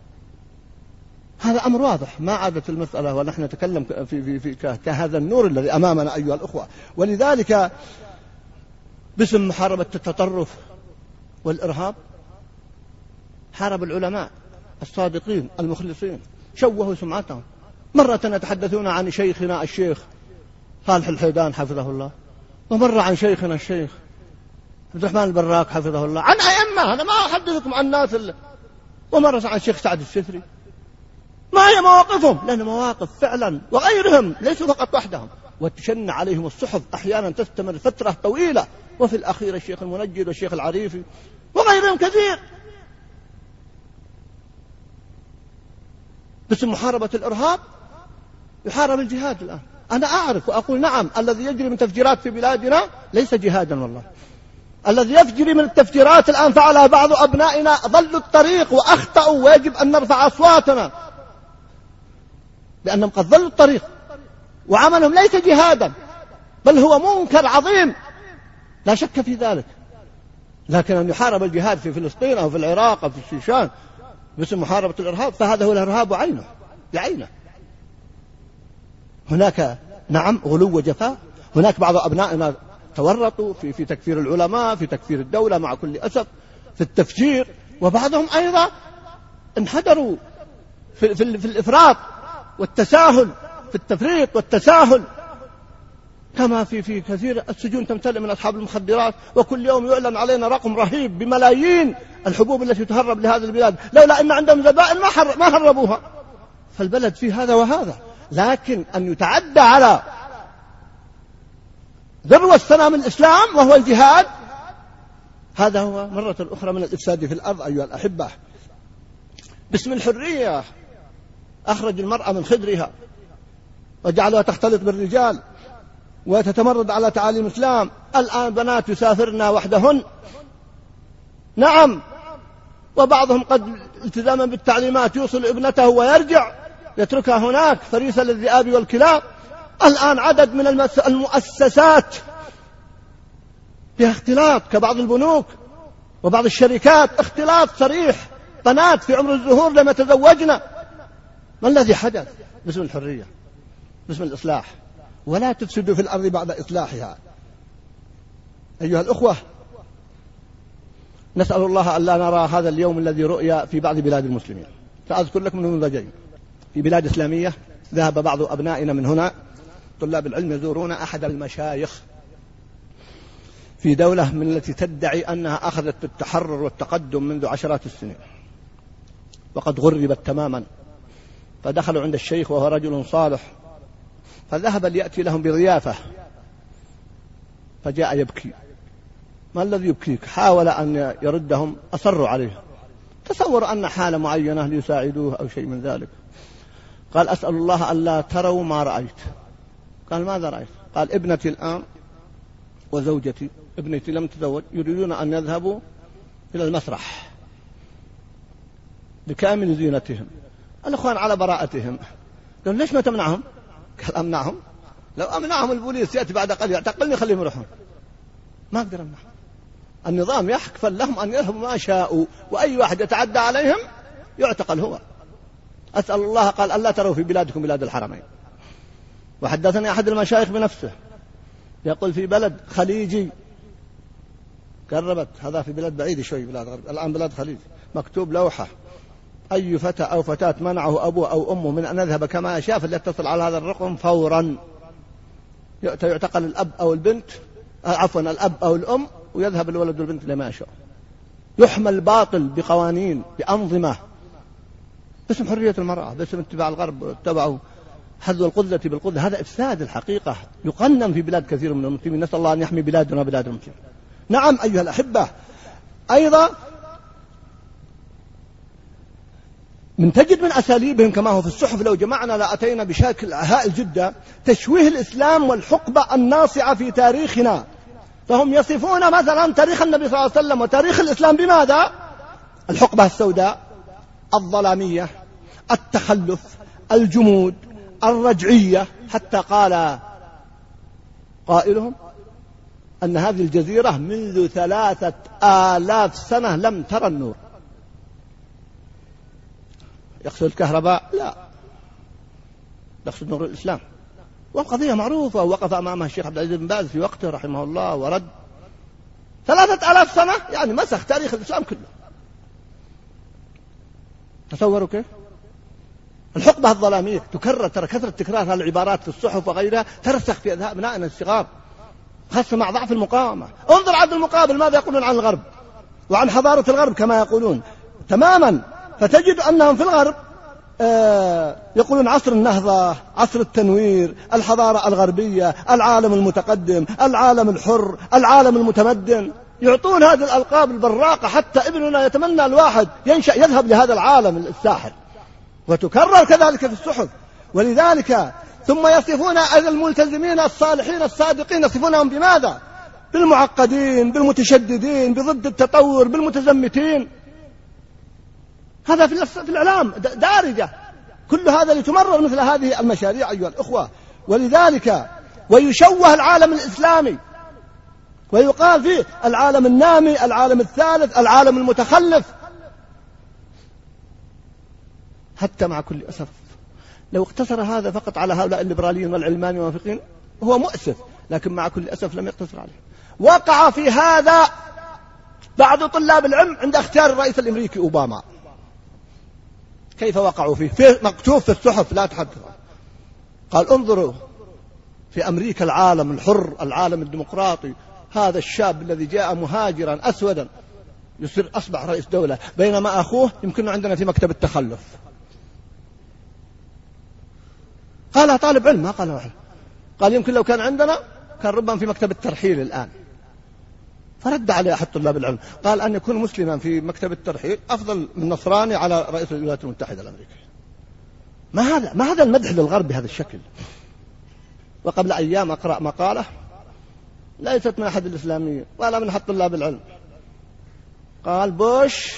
هذا أمر واضح، ما عادت المسألة ونحن نتكلم في, في, في كهذا النور الذي أمامنا أيها الأخوة. ولذلك باسم محاربة التطرف والإرهاب حارب العلماء الصادقين المخلصين، شوهوا سمعتهم. مرة يتحدثون عن شيخنا الشيخ صالح الحيدان حفظه الله، ومرة عن شيخنا الشيخ عبد الرحمن البراك حفظه الله، عن أئمة، أنا ما أحدثكم عن الناس اللي... ومرة عن الشيخ سعد السفري. ما هي مواقفهم؟ لأن مواقف فعلا، وغيرهم ليسوا فقط وحدهم، وتشن عليهم الصحف أحيانا تستمر فترة طويلة، وفي الأخير الشيخ المنجد والشيخ العريفي وغيرهم كثير. باسم محاربة الإرهاب يحارب الجهاد الآن. أنا أعرف وأقول نعم، الذي يجري من تفجيرات في بلادنا ليس جهادا والله، الذي يفجري من التفجيرات الآن فعلها بعض أبنائنا ضلوا الطريق وأخطأوا، ويجب أن نرفع أصواتنا لأنهم قد ضلوا الطريق، وعملهم ليس جهادا بل هو منكر عظيم لا شك في ذلك. لكن أن يحارب الجهاد في فلسطين أو في العراق أو في الشيشان باسم محاربة الإرهاب، فهذا هو الإرهاب عينه بعينه. هناك نعم غلو وجفاء، هناك بعض أبنائنا تورطوا في, في تكفير العلماء، في تكفير الدولة مع كل أسف، في التفجير، وبعضهم أيضا انحدروا في, في, في الإفراط والتساهل، في التفريط والتساهل، كما في في كثير السجون تمتلئ من أصحاب المخدرات، وكل يوم يعلن علينا رقم رهيب بملايين الحبوب التي تهرب لهذه البلاد، لولا أن عندهم زبائن ما حر ما هربوها. فالبلد فيه هذا وهذا، لكن أن يتعدى على ذروة سنام الإسلام وهو الجهاد، هذا هو مرة أخرى من الإفساد في الأرض أيها الأحبة. باسم الحرية أخرج المرأة من خدرها وجعلها تختلط بالرجال وتتمرد على تعاليم الإسلام. الآن بنات يسافرن وحدهن، نعم، وبعضهم قد التزاما بالتعليمات يوصل ابنته ويرجع يتركها هناك فريسة للذئاب والكلاب. الآن عدد من المؤسسات فيها اختلاط، كبعض البنوك وبعض الشركات، اختلاط صريح، بنات في عمر الزهور لم يتزوجن. ما الذي حدث؟ باسم الحرية، باسم الإصلاح. ولا تفسدوا في الأرض بعد إصلاحها. أيها الأخوة، نسأل الله أن لا نرى هذا اليوم الذي رؤي في بعض بلاد المسلمين. سأذكر لكم نموذجين. في بلاد إسلامية ذهب بعض أبنائنا من هنا طلاب العلم يزورون أحد المشايخ في دولة من التي تدعي أنها أخذت بالتحرر والتقدم منذ عشرات السنين، وقد غربت تماما. فدخلوا عند الشيخ وهو رجل صالح، فذهب ليأتي لهم بضيافة، فجاء يبكي. ما الذي يبكيك؟ حاول أن يردهم، أصروا عليه، تصور أن حالة معينة ليساعدوه أو شيء من ذلك. قال أسأل الله ألا تروا ما رأيت. قال ماذا رأيت؟ قال ابنتي الآن وزوجتي، ابنتي لم تزوج، يريدون أن يذهبوا إلى المسرح بكامل زينتهم. الأخوان على براءتهم. قال ليش ما تمنعهم؟ قال أمنعهم؟ لو أمنعهم البوليس يأتي بعد قليل يعتقلني خليهم يروحون. ما أقدر أمنعهم. النظام يحكفل لهم أن يذهبوا ما شاءوا، وأي واحد يتعدى عليهم يعتقل هو. أسأل الله قال ألا تروا في بلادكم بلاد الحرمين. وحدثني أحد المشايخ بنفسه يقول في بلد خليجي قربت، هذا في بلاد بعيد شوي، بلاد غرب، الآن بلاد خليج، مكتوب لوحة: أي فتى أو فتاة منعه أبوه أو أمه من أن يذهب كما يشاء فليتصل على هذا الرقم فورا. يعتقل الأب أو البنت، عفوا الأب أو الأم، ويذهب الولد والبنت لما يشاء. يحمل باطل بقوانين بأنظمة باسم حرية المرأة، باسم اتباع الغرب، اتبعوا حذو القذة بالقذة. هذا إفساد الحقيقة يقنن في بلاد كثير من المسلمين. نسأل الله أن يحمي بلادنا وبلاد المسلمين. نعم أيها الأحبة، أيضا من تجد من أساليبهم كما هو في الصحف، لو جمعنا لأتينا بشكل هائل جدا، تشويه الإسلام والحقبة الناصعة في تاريخنا. فهم يصفون مثلا تاريخ النبي صلى الله عليه وسلم وتاريخ الإسلام بماذا؟ الحقبة السوداء، الظلامية، التخلف، الجمود، الرجعية، حتى قال قائلهم أن هذه الجزيرة منذ ثلاثة آلاف سنة لم ترى النور. يقصد الكهرباء؟ لا، يقصد نور الإسلام. والقضية معروفة، ووقف أمامها الشيخ عبد العزيز بن باز في وقته رحمه الله ورد. ثلاثة آلاف سنة يعني مسخ تاريخ الإسلام كله. تصوروا كيف؟ الحقبة الظلامية تكرر، ترى كثرة تكرار هذه العبارات في الصحف وغيرها ترسخ في أذهان أبنائنا الصغار، خاصة مع ضعف المقاومة. انظر عبد المقابل ماذا يقولون عن الغرب وعن حضارة الغرب كما يقولون تماما. فتجد أنهم في الغرب آه يقولون عصر النهضة، عصر التنوير، الحضارة الغربية، العالم المتقدم، العالم الحر، العالم المتمدن. يعطون هذه الألقاب البراقة حتى ابننا يتمنى الواحد ينشأ يذهب لهذا العالم الساحر، وتكرر كذلك في الصحف. ولذلك ثم يصفون الملتزمين الصالحين الصادقين، يصفونهم بماذا؟ بالمعقدين، بالمتشددين، بضد التطور، بالمتزمتين. هذا في الإعلام دارجة. كل هذا لتمرر مثل هذه المشاريع أيها الأخوة. ولذلك ويشوه العالم الإسلامي ويقال فيه العالم النامي، العالم الثالث، العالم المتخلف. حتى مع كل أسف لو اقتصر هذا فقط على هؤلاء الليبراليين والعلمانيين والموافقين هو مؤسف، لكن مع كل أسف لم يقتصر عليه. وقع في هذا بعض طلاب العلم عند اختيار الرئيس الأمريكي أوباما كيف وقعوا فيه؟ في مكتوب في الصحف لا تحدث. قال انظروا في أمريكا العالم الحر العالم الديمقراطي، هذا الشاب الذي جاء مهاجرا أسودا يصير أصبح رئيس دولة، بينما أخوه يمكن عندنا في مكتب التخلف. قال طالب علم ما قال واحد، قال يمكن لو كان عندنا كان ربما في مكتب الترحيل الآن. فرد عليه أحد طلاب العلم قال أن يكون مسلما في مكتب الترحيل أفضل من نصراني على رئيس الولايات المتحدة الأمريكية. ما هذا ما هذا المدح للغرب بهذا الشكل. وقبل أيام أقرأ مقالة ليست من أحد الإسلاميين ولا من أحد طلاب العلم، قال بوش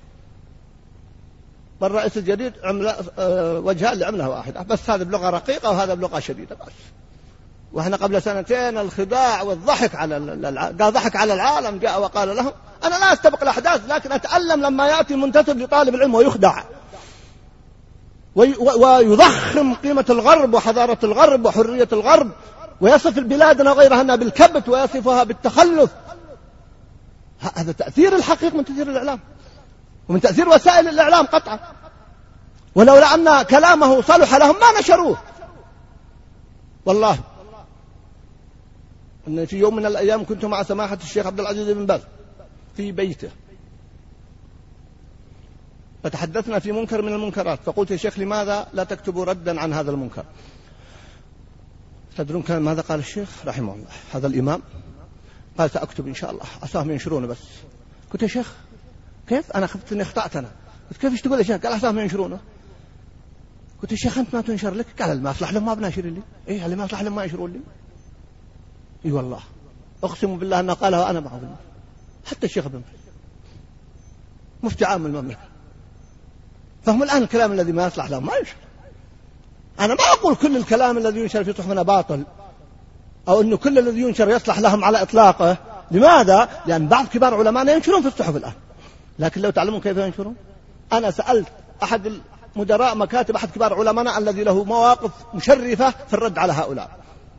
والرئيس الجديد عمل وجهان لعملة واحدة، بس هذا بلغة رقيقة وهذا بلغة شديدة بس. وإحنا قبل سنتين الخداع والضحك على قال ضحك على العالم، جاء وقال لهم أنا لا أستبق الأحداث لكن أتألم لما يأتي منتسب لطالب العلم ويخدع ويضخم قيمة الغرب وحضارة الغرب وحرية الغرب ويصف بلادنا وغيرها أنها بالكبت ويصفها بالتخلف. هذا تأثير الحقيقة من تأثير الإعلام ومن تأثير وسائل الإعلام قطعا، ولولا أن كلامه صلح لهم ما نشروه. والله أن في يوم من الأيام كنت مع سماحة الشيخ عبد العزيز بن باز في بيته فتحدثنا في منكر من المنكرات، فقلت يا شيخ لماذا لا تكتبوا ردا عن هذا المنكر؟ تدرون كان ماذا قال الشيخ رحمه الله هذا الإمام؟ قال سأكتب إن شاء الله عساهم ينشرونه. بس قلت يا شيخ كيف؟ أنا خفت أني اخطأت. أنا قلت كيف تقول يا شيخ؟ قال عساهم ينشرونه. قلت يا شيخ أنت ما تنشر لك؟ قال ما أصلح لهم ما بناشر لي. إيه اللي ما أصلح لهم ما ينشرون لي. إي والله أقسم بالله أنه قالها وأنا معه بالله. حتى الشيخ ابن مفتي عام المملكة. فهم الآن الكلام الذي ما يصلح لهم ما ينشر. أنا ما أقول كل الكلام الذي ينشر في صحفنا باطل أو أنه كل الذي ينشر يصلح لهم على إطلاقه. لماذا؟ لأن بعض كبار علماء ينشرون في الصحف الآن، لكن لو تعلمون كيف ينشرون. أنا سألت أحد المدراء مكاتب أحد كبار علماء الذي له مواقف مشرفة في الرد على هؤلاء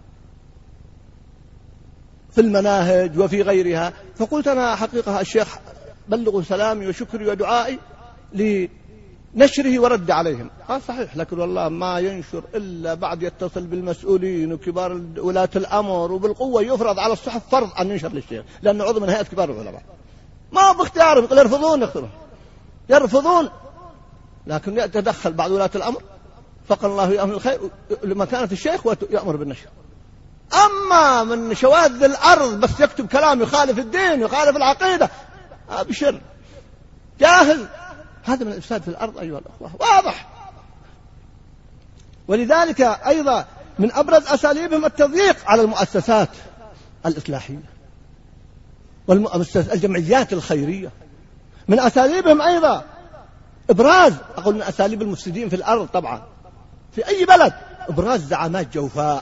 في المناهج وفي غيرها، فقلت أنا حقيقة الشيخ بلغوا سلامي وشكري ودعائي لنشره ورد عليهم. قال صحيح، لكن والله ما ينشر إلا بعد يتصل بالمسؤولين وكبار ولاة الأمر وبالقوة يفرض على الصحف فرض أن ينشر للشيخ لأنه عضو من هيئة كبار العلماء. ما باختيارهم، يقول يرفضون يرفضون يرفضون لكن يتدخل بعض ولاة الأمر فقال الله يأمر الخير لما كانت الشيخ ويأمر بالنشر. أما من شواذ الأرض بس يكتب كلام يخالف الدين يخالف العقيدة أبشر جاهل، هذا من الإفساد في الأرض أيها الأخوة واضح. ولذلك أيضا من أبرز أساليبهم التضييق على المؤسسات الإصلاحية والجمعيات الخيرية. من أساليبهم أيضا إبراز، أقول من أساليب المفسدين في الأرض طبعا في أي بلد، إبراز زعامات جوفاء.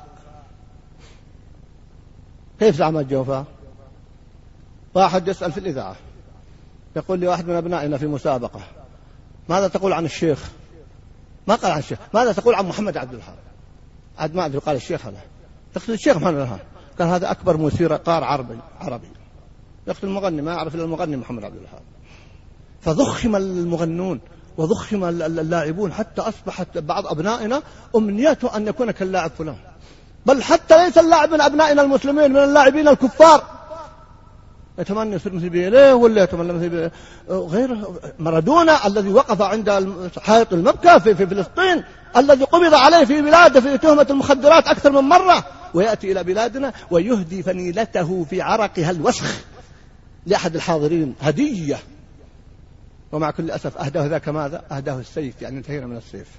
كيف زعامات جوفاء؟ واحد يسأل في الإذاعة يقول لي واحد من أبنائنا في مسابقة ماذا تقول عن الشيخ؟ ما قال عن الشيخ، ماذا تقول عن محمد عبد الوهاب؟ عاد ما أدري قال الشيخ هذا، يقصد الشيخ محمد عبد الوهاب، قال هذا أكبر موسيقار عربي عربي يقصد المغني، ما يعرف إلا المغني محمد عبد الوهاب. فضخم المغنون وضخم اللاعبون حتى أصبحت بعض أبنائنا أمنيته أن يكون كاللاعب فلان، بل حتى ليس اللاعب من أبنائنا المسلمين من اللاعبين الكفار يتمنى يصير مثل بيليه ولا يتمنى مثل غيره. مارادونا الذي وقف عند حائط المبكى في, في فلسطين الذي قبض عليه في بلاده في تهمة المخدرات أكثر من مرة، ويأتي إلى بلادنا ويهدي فنيلته في عرقها الوسخ لأحد الحاضرين هدية، ومع كل أسف أهداه ذاك ماذا؟ أهداه السيف، يعني انتهينا من السيف.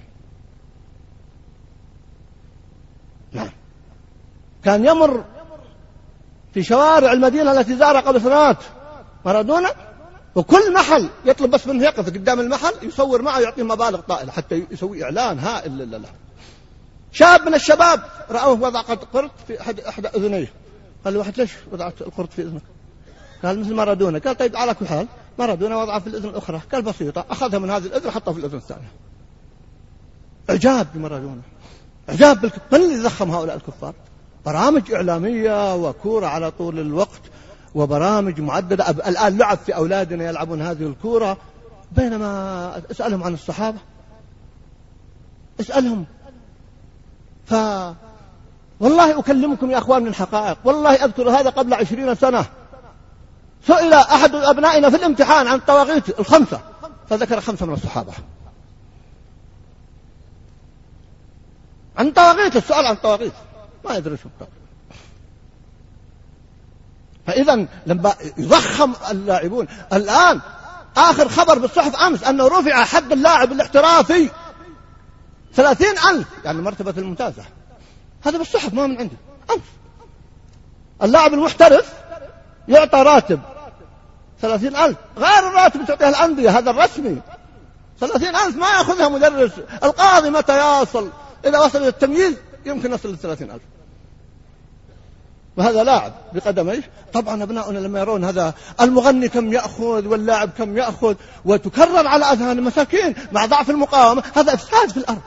نعم. كان يمر في شوارع المدينة التي زارها قبل سنوات مارادونا وكل محل يطلب بس منه يقف قدام المحل يصور معه يعطيه مبالغ طائلة حتى يسوي إعلان هائل له. شاب من الشباب رأوه وضع قرط في أحد, أحد أذنيه، قال له واحد ليش وضعت القرط في أذنك؟ قال مثل مارادونا. قال طيب على كل حال مارادونا وضعه في الأذن الأخرى. قال بسيطة، أخذها من هذه الأذن وحطها في الأذن الثانية. إعجاب بمارادونا، إعجاب بالك... من اللي ضخم هؤلاء الكفار؟ برامج إعلامية وكورة على طول الوقت وبرامج معددة. الآن لعب في أولادنا يلعبون هذه الكورة، بينما اسألهم عن الصحابة، اسألهم. ف والله أكلمكم يا أخوان من حقائق، والله أذكر هذا قبل عشرين سنة. سئل أحد أبنائنا في الامتحان عن الطواغيت الخمسة، فذكر خمسة من الصحابة. عن طواغيت، السؤال عن طواغيت ما يدري شو الطواغيت. فإذا لما يضخم اللاعبون، الآن آخر خبر بالصحف أمس أنه رفع حد اللاعب الاحترافي ثلاثين ألف، يعني مرتبة الممتازة. هذا بالصحف ما من عندي. أمس اللاعب المحترف يعطى راتب ثلاثين ألف غير الراتب تعطيها الأندية، هذا الرسمي. ثلاثين ألف ما يأخذها مدرس. القاضي متى يصل؟ إذا وصل إلى التمييز يمكن يصل للثلاثين ألف، وهذا لاعب بقدميه. طبعا أبناؤنا لما يرون هذا، المغني كم يأخذ واللاعب كم يأخذ، وتكرر على أذهان المساكين مع ضعف المقاومة، هذا إفساد في الأرض.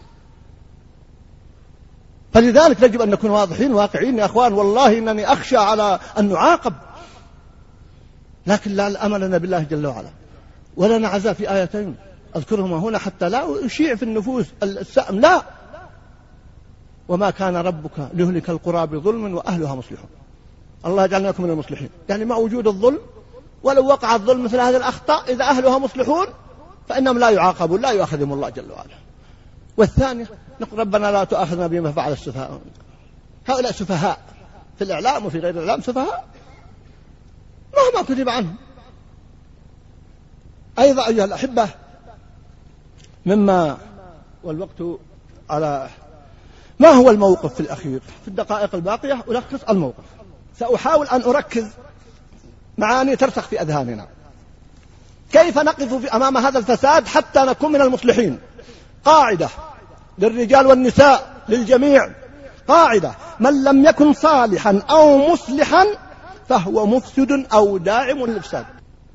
فلذلك يجب أن نكون واضحين واقعين يا أخوان. والله إنني أخشى على أن نعاقب، لكن لا أملنا بالله جل وعلا. ولنا عزاء في آيتين أذكرهما هنا حتى لا أشيع في النفوس السأم. لا، وما كان ربك ليهلك القرى بظلم وأهلها مصلحون. الله يجعلنا لكم من المصلحين، يعني مع وجود الظلم، ولو وقع الظلم مثل هذه الأخطاء إذا أهلها مصلحون فإنهم لا يعاقبون، لا يؤاخذهم الله جل وعلا. والثانية نقول ربنا لا تؤاخذنا بما فعل السفهاء. هؤلاء سفهاء في الإعلام وفي غير الإعلام، سفهاء مهما كتب عنهم. أيضا أيها الأحبة، مما والوقت على ما هو الموقف في الأخير في الدقائق الباقية ألخص الموقف. سأحاول أن أركز معاني ترسخ في أذهاننا. كيف نقف في أمام هذا الفساد حتى نكون من المصلحين؟ قاعدة للرجال والنساء للجميع، قاعدة: من لم يكن صالحا أو مصلحا فهو مفسد أو داعم للإفساد.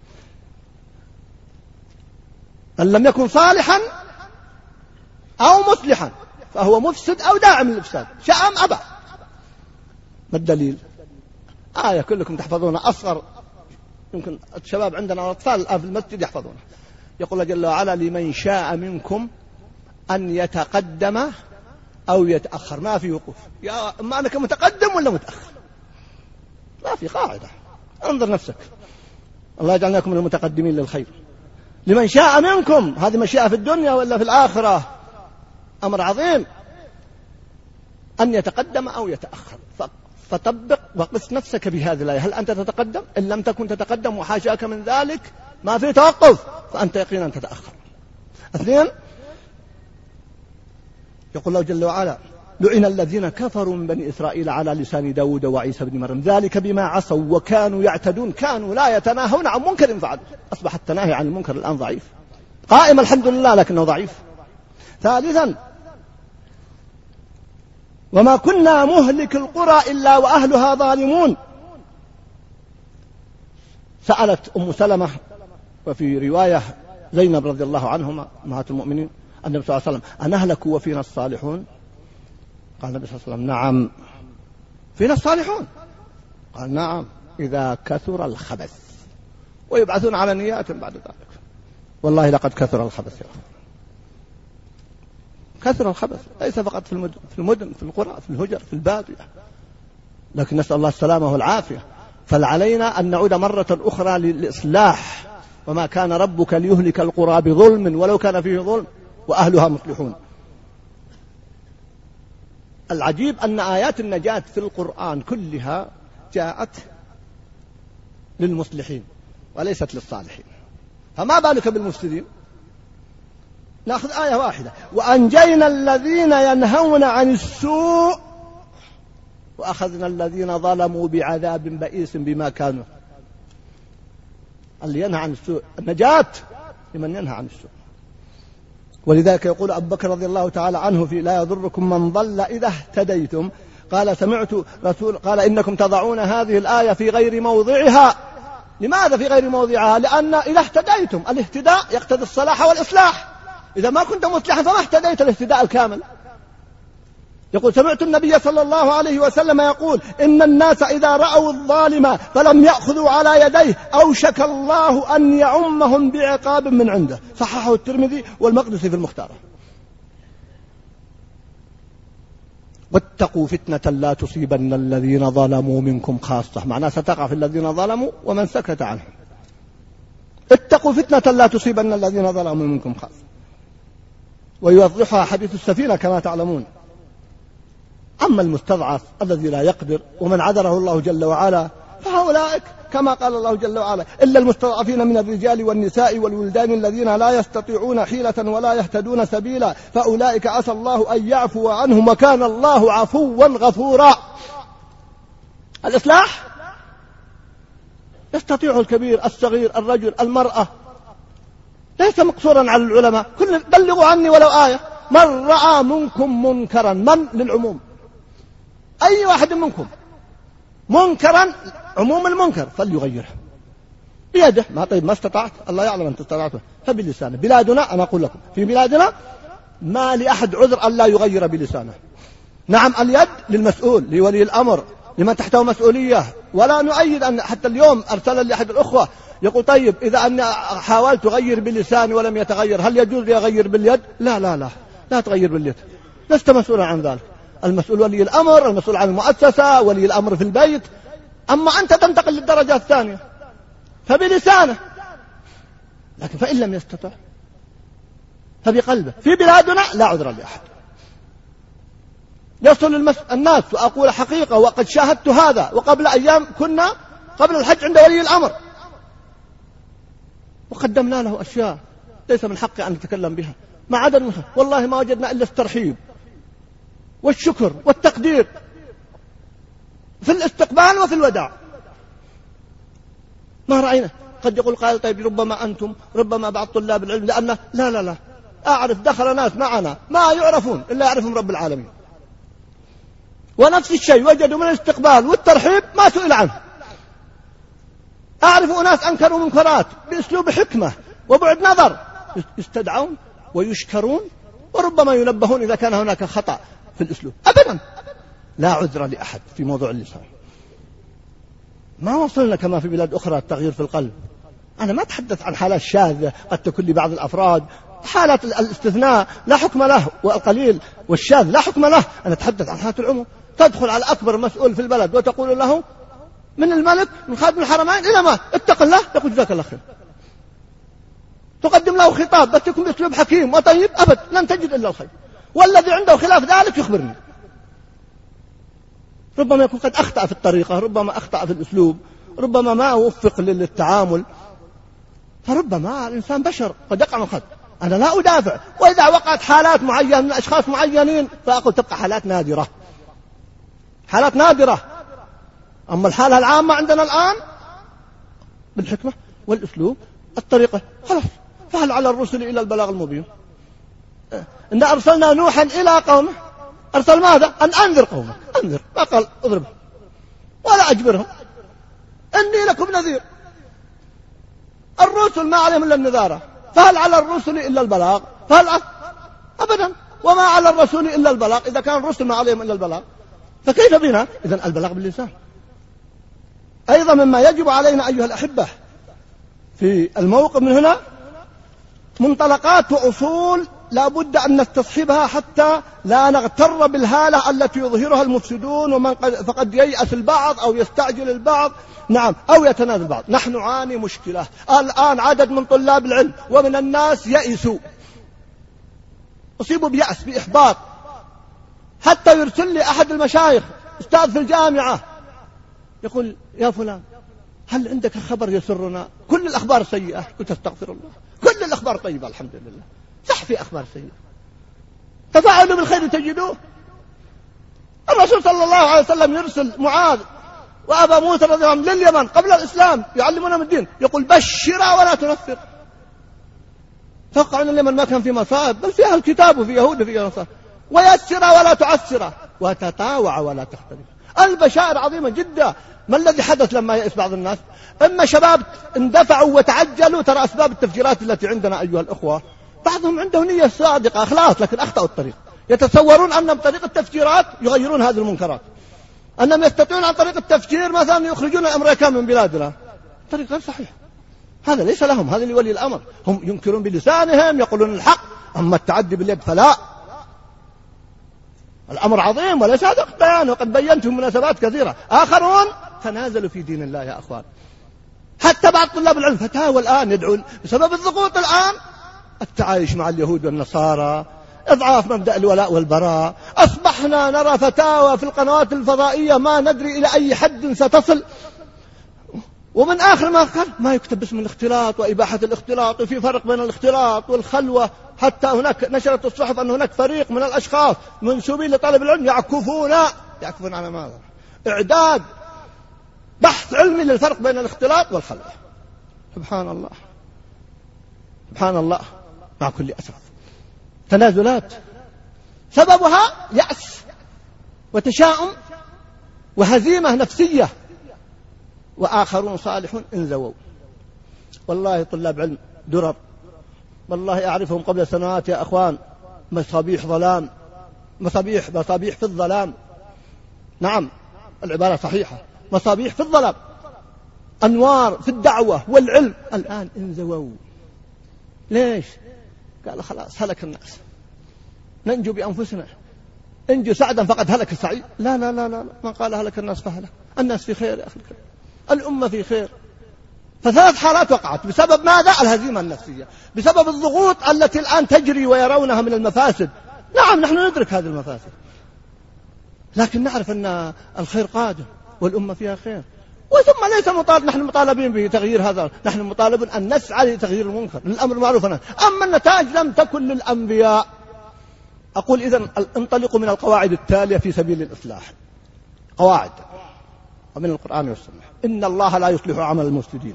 من لم يكن صالحا أو مصلحا فهو مفسد أو داعم للإفساد، شاء أم أبى. ما الدليل؟ آية كلكم تحفظونها، أصغر يمكن الشباب عندنا والأطفال الآن في المسجد يحفظونها. يقول الله جل وعلا: لمن شاء منكم أن يتقدم أو يتأخر. ما في وقوف، يا إما أنك متقدم ولا متأخر، ما في قاعدة. انظر نفسك، الله يجعلناكم من المتقدمين للخير. لمن شاء منكم، هذه مشيئة في الدنيا ولا في الآخرة، أمر عظيم. أن يتقدم أو يتأخر، فطبق وقس نفسك بهذه الآية. هل أنت تتقدم؟ إن لم تكن تتقدم وحاشاك من ذلك ما في توقف، فأنت يقينا تتأخر. اثنين، يقول الله جل وعلا: لعن الذين كفروا من بني إسرائيل على لسان داود وعيسى بن مريم ذلك بما عصوا وكانوا يعتدون كانوا لا يتناهون عن منكر فعلوا. أصبح التناهي عن المنكر الآن ضعيف، قائم الحمد لله لكنه ضعيف. ثالثا، وما كنا مهلك القرى إلا وأهلها ظالمون. سألت أم سلمة وفي رواية زينب رضي الله عنهما أمهات المؤمنين النبي صلى الله عليه وسلم: أنهلك وفينا الصالحون؟ قال النبي صلى الله عليه وسلم: نعم فينا الصالحون. قال: نعم إذا كثر الخبث. ويبعثون على نيات بعد ذلك. والله لقد كثر الخبث يا أخي، كثر الخبث، ليس فقط في المدن في, المدن في القرى، في الهجر، في البادية، لكن نسأل الله السلامة والعافية. فعلينا أن نعود مرة أخرى للإصلاح. وما كان ربك ليهلك القرى بظلم ولو كان فيه ظلم وأهلها مصلحون. العجيب أن آيات النجاة في القرآن كلها جاءت للمصلحين وليست للصالحين، فما بالك بالمفسدين؟ نأخذ آية واحدة: وأنجينا الذين ينهون عن السوء وأخذنا الذين ظلموا بعذاب بئيس بما كانوا. اللي ينهى عن السوء، النجاة لمن ينهى عن السوء. ولذلك يقول أبو بكر رضي الله تعالى عنه في لا يضركم من ضل إذا اهتديتم، قال: سمعت رسول قال: إنكم تضعون هذه الآية في غير موضعها. لماذا في غير موضعها؟ لأن إذا اهتديتم، الاهتداء يقتضي الصلاح والإصلاح. إذا ما كنت مصلحا فما اهتديت الاهتداء الكامل. يقول سمعت النبي صلى الله عليه وسلم يقول إن الناس إذا رأوا الظالم فلم يأخذوا على يديه أوشك الله أن يعمهم بعقاب من عنده. صححه الترمذي والمقدسي في المختارة. واتقوا فتنة لا تصيبن الذين ظلموا منكم خاصة، معناه ستقع في الذين ظلموا ومن سكت عنهم. اتقوا فتنة لا تصيبن الذين ظلموا منكم خاصة، ويوضحها حديث السفينة كما تعلمون. أما المستضعف الذي لا يقدر ومن عذره الله جل وعلا فهؤلاء كما قال الله جل وعلا إلا المستضعفين من الرجال والنساء والولدان الذين لا يستطيعون حيلة ولا يهتدون سبيلا فأولئك عسى الله أن يعفو عنهم وكان الله عفوا غفورا. الإصلاح يستطيع الكبير الصغير الرجل المرأة، ليس مقصورا على العلماء. كل بلغوا عني ولو آية. من رأى منكم منكرا، من للعموم، أي واحد منكم منكرا، عموم المنكر، فليغيره بيده. ما طيب ما استطعت، الله يعلم أن استطعته، فبلسانه. بلادنا أنا أقول لكم في بلادنا ما لأحد عذر أن لا يغير بلسانه. نعم اليد للمسؤول لولي الأمر لمن تحته مسؤولية، ولا نؤيد أن حتى اليوم أرسل لي أحد الأخوة يقول طيب إذا أنا حاولت أغير بلساني ولم يتغير هل يجوز لي أغير باليد؟ لا لا لا لا تغير باليد، لست مسؤولا عن ذلك. المسؤول ولي الأمر، المسؤول عن المؤسسة، ولي الأمر في البيت. أما أنت تنتقل للدرجة الثانية فبلسانه، لكن فإن لم يستطع فبقلبه. في بلادنا لا عذر لأحد. يصل المس... الناس، وأقول حقيقة وقد شاهدت هذا، وقبل أيام كنا قبل الحج عند ولي الأمر وقدمنا له أشياء ليس من حقي أن نتكلم بها، ما عدا والله ما وجدنا إلا الترحيب والشكر والتقدير في الاستقبال وفي الوداع، ما رأينا. قد يقول قائل طيب ربما أنتم، ربما بعض طلاب العلم، لأنه لا لا لا أعرف دخل ناس معنا ما يعرفون إلا يعرفهم رب العالمين، ونفس الشيء وجدوا من الاستقبال والترحيب ما سئل عنه. أعرف أناس أنكروا منكرات بأسلوب حكمة وبعد نظر، يستدعون ويشكرون وربما ينبهون إذا كان هناك خطأ في الأسلوب. أبدا لا عذر لأحد في موضوع اللسان. ما وصلنا كما في بلاد أخرى التغيير في القلب. أنا ما أتحدث عن حالات شاذة قد تكون لبعض الأفراد، حالات الاستثناء لا حكم له، والقليل والشاذ لا حكم له. أنا أتحدث عن حالات العموم. تدخل على أكبر مسؤول في البلد وتقول له من الملك من خادم الحرمين إلى ما اتق الله، يقول جزاك الله خير. تقدم له خطاب بس يكون بأسلوب حكيم وطيب، أبد لن تجد إلا الخير، والذي عنده خلاف ذلك يخبرني. ربما يكون قد أخطأ في الطريقة، ربما أخطأ في الأسلوب، ربما ما وفق للتعامل، فربما الإنسان بشر قد يقع من خطأ. أنا لا أدافع، وإذا وقعت حالات معينة من أشخاص معينين فأقول تبقى حالات نادرة، حالات نادرة. أما الحالة العامة عندنا الآن بالحكمة والأسلوب الطريقة خلاص. فهل على الرسل إلى البلاغ المبين؟ إن أرسلنا نوحا إلى قومه، أرسل ماذا؟ أن أنذر قومك، أنذر، ما قال اضربهم ولا أجبرهم، إني لكم نذير. الرسل ما عليهم إلا النذارة، فهل على الرسل إلا البلاغ؟ فهل أبدا، وما على الرسول إلا البلاغ. إذا كان الرسل ما عليهم إلا البلاغ فكيف بنا؟ إذن البلاغ باللسان. أيضا مما يجب علينا أيها الأحبة في الموقف من هنا منطلقات وأصول لا بد أن نستصحبها حتى لا نغتر بالهالة التي يظهرها المفسدون، ومن قد فقد ييأس البعض أو يستعجل البعض، نعم، أو يتنازل البعض. نحن نعاني مشكلة الآن، عدد من طلاب العلم ومن الناس يئسوا، أصيبوا بيأس بإحباط، حتى يرسل لي أحد المشايخ أستاذ في الجامعة يقول يا فلان هل عندك خبر يسرنا؟ كل الأخبار سيئة. قلت استغفر الله، كل الأخبار طيبة الحمد لله، صح في أخبار سيئة، تفاعلوا بالخير تجدوه. الرسول صلى الله عليه وسلم يرسل معاذ وأبا موسى رضي الله عنه لليمن قبل الإسلام يعلمونهم الدين، يقول بشرا ولا تنفر. توقع أن اليمن ما كان في مصائب، بل فيها الكتاب وفي يهود وفي نصارى. ويسرا ولا تعسرا وتطاوع ولا تختلف. البشائر عظيمة جدا. ما الذي حدث لما يئس بعض الناس؟ إما شباب اندفعوا وتعجلوا، ترى أسباب التفجيرات التي عندنا أيها الأخوة، بعضهم عنده نية صادقة إخلاص لكن أخطأوا الطريق. يتصورون أنهم بطريقة التفجيرات يغيرون هذه المنكرات، أنهم يستطيعون عن طريق التفجير مثلا يخرجون الأمريكان من بلادنا. طريق غير صحيح، هذا ليس لهم، هذا لولي الأمر. هم ينكرون بلسانهم يقولون الحق، أما التعدي باليد فلا. الأمر عظيم وليس هذا بيان، وقد بينت في مناسبات كثيرة. آخرون تنازلوا في دين الله يا أخوان، حتى بعض طلاب العلم فتاوى الآن يدعون بسبب الضغوط الآن التعايش مع اليهود والنصارى، إضعاف مبدأ الولاء والبراء. أصبحنا نرى فتاوى في القنوات الفضائية ما ندري إلى أي حد ستصل، ومن آخر ما قال ما يكتب باسم الاختلاط وإباحة الاختلاط، وفي فرق بين الاختلاط والخلوة. حتى هناك نشرت الصحف أن هناك فريق من الأشخاص منسوبين لطالب العلم يعكفون يعكفون على ماذا؟ إعداد بحث علمي للفرق بين الاختلاط والخلوة. سبحان الله سبحان الله. مع كل أسف تنازلات سببها يأس وتشاؤم وهزيمة نفسية. وآخرون صالحون انزووا. والله طلاب علم درر، والله أعرفهم قبل سنوات يا أخوان، مصابيح ظلام، مصابيح مصابيح في الظلام. نعم العبارة صحيحة، مصابيح في الظلام، أنوار في الدعوة والعلم. الآن انزووا. ليش؟ قال خلاص هلك الناس، ننجو بأنفسنا، انجو سعدا فقد هلك السعيد. لا لا لا لا، من قال هلك الناس فهلك. الناس في خير يا أخي الكريم، الأمة في خير. فثلاث حالات وقعت بسبب ماذا؟ الهزيمة النفسية، بسبب الضغوط التي الآن تجري ويرونها من المفاسد. نعم نحن ندرك هذه المفاسد، لكن نعرف أن الخير قادم والأمة فيها خير. وثم ليس مطالب نحن مطالبين بتغيير هذا، نحن مطالبون أن نسعى لتغيير المنكر، للأمر المعروف. أما النتائج لم تكن للأنبياء. أقول إذن انطلقوا من القواعد التالية في سبيل الإصلاح. قواعد ومن القرآن والسنة. إن الله لا يصلح عمل المفسدين،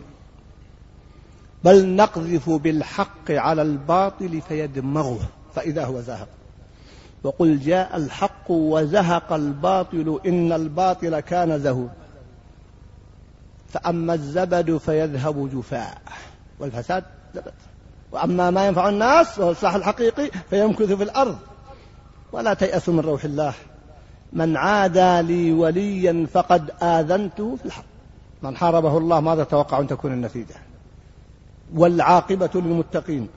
بل نقذف بالحق على الباطل فيدمغه فإذا هو زاهق. وقل جاء الحق وزهق الباطل إن الباطل كان زهوقا. فأما الزبد فيذهب جفاء، والفساد زبد. وأما ما ينفع الناس وهو الصلاح الحقيقي فيمكث في الأرض. ولا تيأسوا من روح الله، من عادى لي وليا فقد آذنته في الحرب. من حاربه الله ماذا توقع أن تكون النتيجة؟ والعاقبة للمتقين.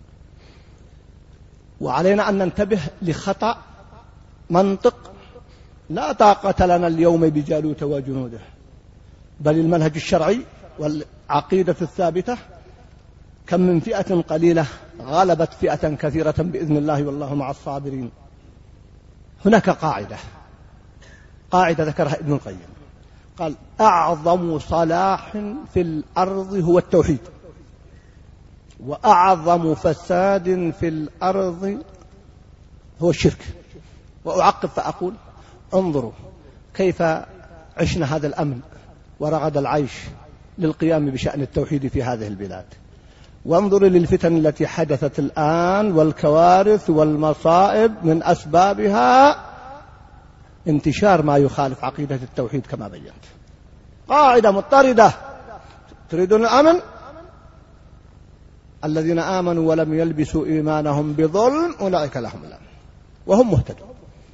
وعلينا أن ننتبه لخطأ منطق لا طاقة لنا اليوم بجالوت وجنوده، بل المنهج الشرعي والعقيدة الثابتة. كم من فئة قليلة غلبت فئة كثيرة بإذن الله، والله مع الصابرين. هناك قاعدة قاعدة ذكرها ابن القيم، قال أعظم صلاح في الأرض هو التوحيد، وأعظم فساد في الأرض هو الشرك. وأعقب فأقول انظروا كيف عشنا هذا الأمن ورغد العيش للقيام بشأن التوحيد في هذه البلاد، وانظروا للفتن التي حدثت الآن والكوارث والمصائب من أسبابها انتشار ما يخالف عقيدة التوحيد كما بينت. قاعدة مضطردة: تريدون الأمن؟ الذين آمنوا ولم يلبسوا إيمانهم بظلم أولئك لهم الأمن وهم مهتدون.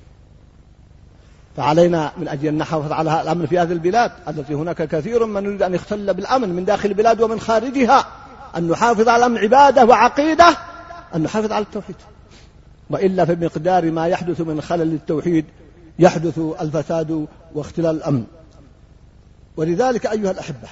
فعلينا من أجل أن نحافظ على الأمن في هذه البلاد التي هناك كثير من يريد أن يختل بالأمن من داخل البلاد ومن خارجها، أن نحافظ على الأمن عبادة وعقيدة، أن نحافظ على التوحيد، وإلا في مقدار ما يحدث من خلل التوحيد يحدث الفساد واختلال الأمن. ولذلك أيها الأحبة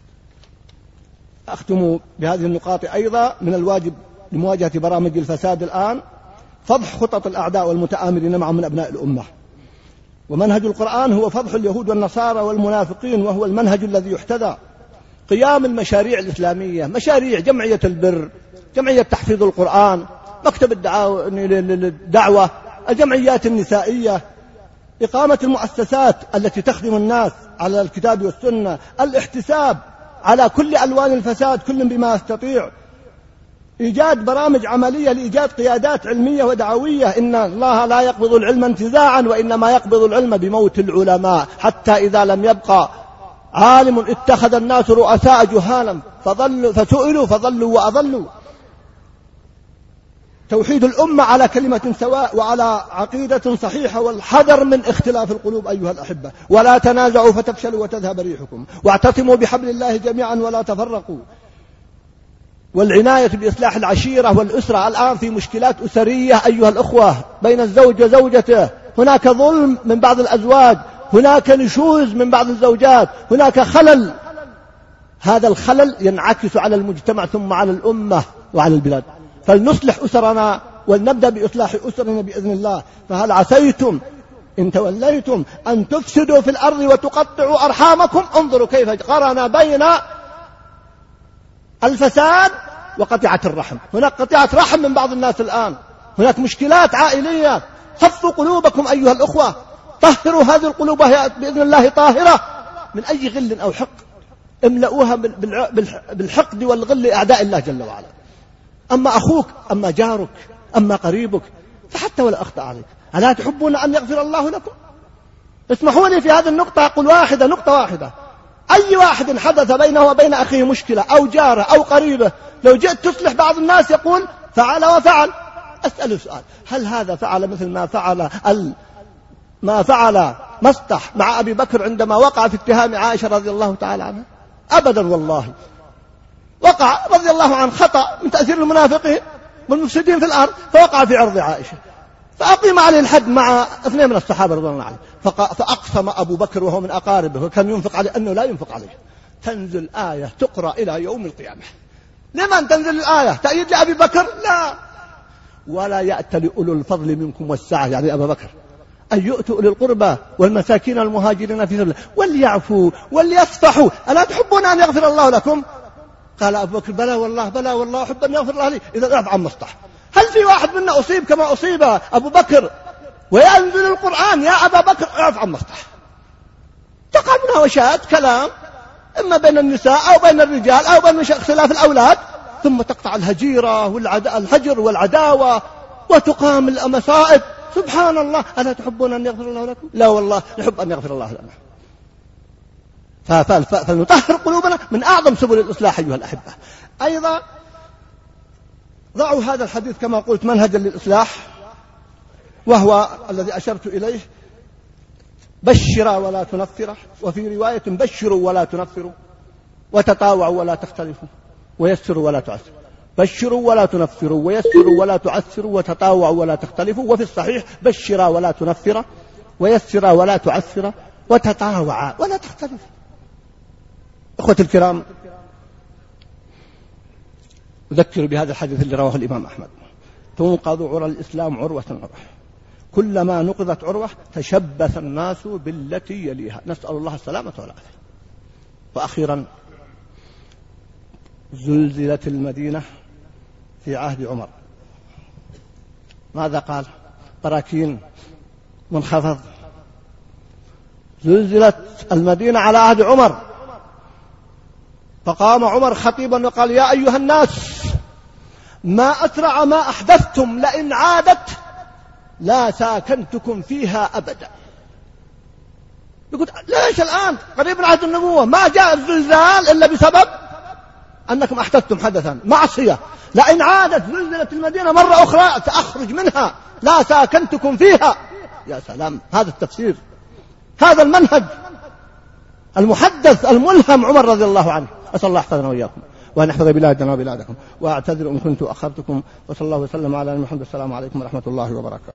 أختم بهذه النقاط أيضا. من الواجب لمواجهة برامج الفساد الآن فضح خطط الأعداء والمتآمرين معهم من أبناء الأمة. ومنهج القرآن هو فضح اليهود والنصارى والمنافقين، وهو المنهج الذي يحتذى. قيام المشاريع الإسلامية، مشاريع جمعية البر، جمعية تحفيظ القرآن، مكتب الدعوة، الجمعيات النسائية، إقامة المؤسسات التي تخدم الناس على الكتاب والسنة، الاحتساب على كل ألوان الفساد كل بما يستطيع، إيجاد برامج عملية لإيجاد قيادات علمية ودعوية. إن الله لا يقبض العلم انتزاعا، وإنما يقبض العلم بموت العلماء، حتى إذا لم يبقى عالم اتخذ الناس رؤساء جهالا فضلوا فسئلوا فضلوا وأضلوا. توحيد الأمة على كلمة سواء وعلى عقيدة صحيحة، والحذر من اختلاف القلوب أيها الأحبة. ولا تنازعوا فتفشلوا وتذهب ريحكم، واعتصموا بحبل الله جميعا ولا تفرقوا. والعناية بإصلاح العشيرة والأسرة. الآن في مشكلات أسرية أيها الأخوة بين الزوج وزوجته، هناك ظلم من بعض الأزواج، هناك نشوز من بعض الزوجات، هناك خلل. هذا الخلل ينعكس على المجتمع ثم على الأمة وعلى البلاد. فلنصلح أسرنا ولنبدأ بإصلاح أسرنا بإذن الله. فهل عسيتم إن توليتم أن تفسدوا في الأرض وتقطعوا أرحامكم؟ انظروا كيف قرن بين الفساد وقطيعة الرحم. هناك قطيعة رحم من بعض الناس الآن، هناك مشكلات عائلية. صفوا قلوبكم أيها الأخوة، طهروا هذه القلوب بإذن الله طاهرة من أي غل أو حقد، املؤوها بالحقد والغل أعداء الله جل وعلا. أما أخوك، أما جارك، أما قريبك، فحتى ولا أخطأ عليك، ألا تحبون أن يغفر الله لكم؟ اسمحوا لي في هذه النقطة أقول واحدة، نقطة واحدة. أي واحد حدث بينه وبين أخيه مشكلة أو جاره أو قريبه، لو جئت تصلح بعض الناس يقول فعل وفعل. أسأل سؤال، هل هذا فعل مثل ما فعل ما فعل مصطح مع أبي بكر عندما وقع في اتهام عائشة رضي الله تعالى عنها؟ أبدا والله. وقع رضي الله عنه خطأ من تأثير المنافقين والمفسدين في الأرض، فوقع في عرض عائشة، فأقيم عليه الحد مع اثنين من الصحابة رضي الله عنهم. فأقسم أبو بكر وهو من أقاربه وكان ينفق عليه أنه لا ينفق عليه. تنزل آية تقرأ إلى يوم القيامة. لمن تنزل الآية؟ تأييد لأبي بكر؟ لا. ولا يأتل أولو الفضل منكم والسعة، يعني أبا بكر، أن يؤتوا أولي القربى والمساكين المهاجرين في سبيل الله وليعفوا وليصفحوا، ألا تحبون أن يغفر الله لكم؟ قال أبو بكر بلى والله بلى والله أحب أن يغفر الله لي. إذا اعف عن مصطح. هل في واحد منا أصيب كما أصيب أبو بكر وينزل القرآن يا أبا بكر اعف عن مصطح؟ تقع مناوشات كلام إما بين النساء أو بين الرجال أو بين اختلاف الأولاد، ثم تقطع الهجيرة والهجر والعداوة وتقام المصائب. سبحان الله. ألا تحبون أن يغفر الله لكم؟ لا والله نحب أن يغفر الله لنا. فلنطهر قلوبنا من أعظم سبل الإصلاح أيها الأحبة. أيضا ضعوا هذا الحديث كما قلت منهجا للإصلاح، وهو الذي أشرت إليه: بشرا ولا تنفرا، وفي رواية بشروا ولا تنفروا، وتطاوعوا ولا تختلفوا، ويسروا ولا تعسروا. بشروا ولا تنفروا، ويسروا ولا تعسروا، وتطاوعوا ولا تختلفوا. وفي الصحيح بشرا ولا تنفرا، ويسرا ولا تعسرا، وتطاوعا ولا تختلفوا. أخوتي الكرام، أذكر بهذا الحديث اللي رواه الإمام أحمد: تنقض عرى الإسلام عروة عروة، كلما نقضت عروة تشبث الناس بالتي يليها. نسأل الله السلامة والعافية. وأخيرا، زلزلت المدينة في عهد عمر. ماذا قال؟ براكين منخفض. زلزلت المدينة على عهد عمر، فقام عمر خطيبا وقال: يا أيها الناس، ما أسرع ما أحدثتم، لئن عادت لا ساكنتكم فيها أبدا. يقول ليش الآن قريب من عهد النبوة ما جاء الزلزال إلا بسبب أنكم أحدثتم حدثا معصية. لئن عادت زلزلت المدينة مرة أخرى سأخرج منها لا ساكنتكم فيها. يا سلام، هذا التفسير، هذا المنهج المحدث الملهم عمر رضي الله عنه. أسأل الله يحفظنا وإياكم وأن يحفظ بلادنا وبلادكم، وأعتذر إن كنت أخرتكم. وصلى الله وسلم على محمد. السلام عليكم ورحمة الله وبركاته.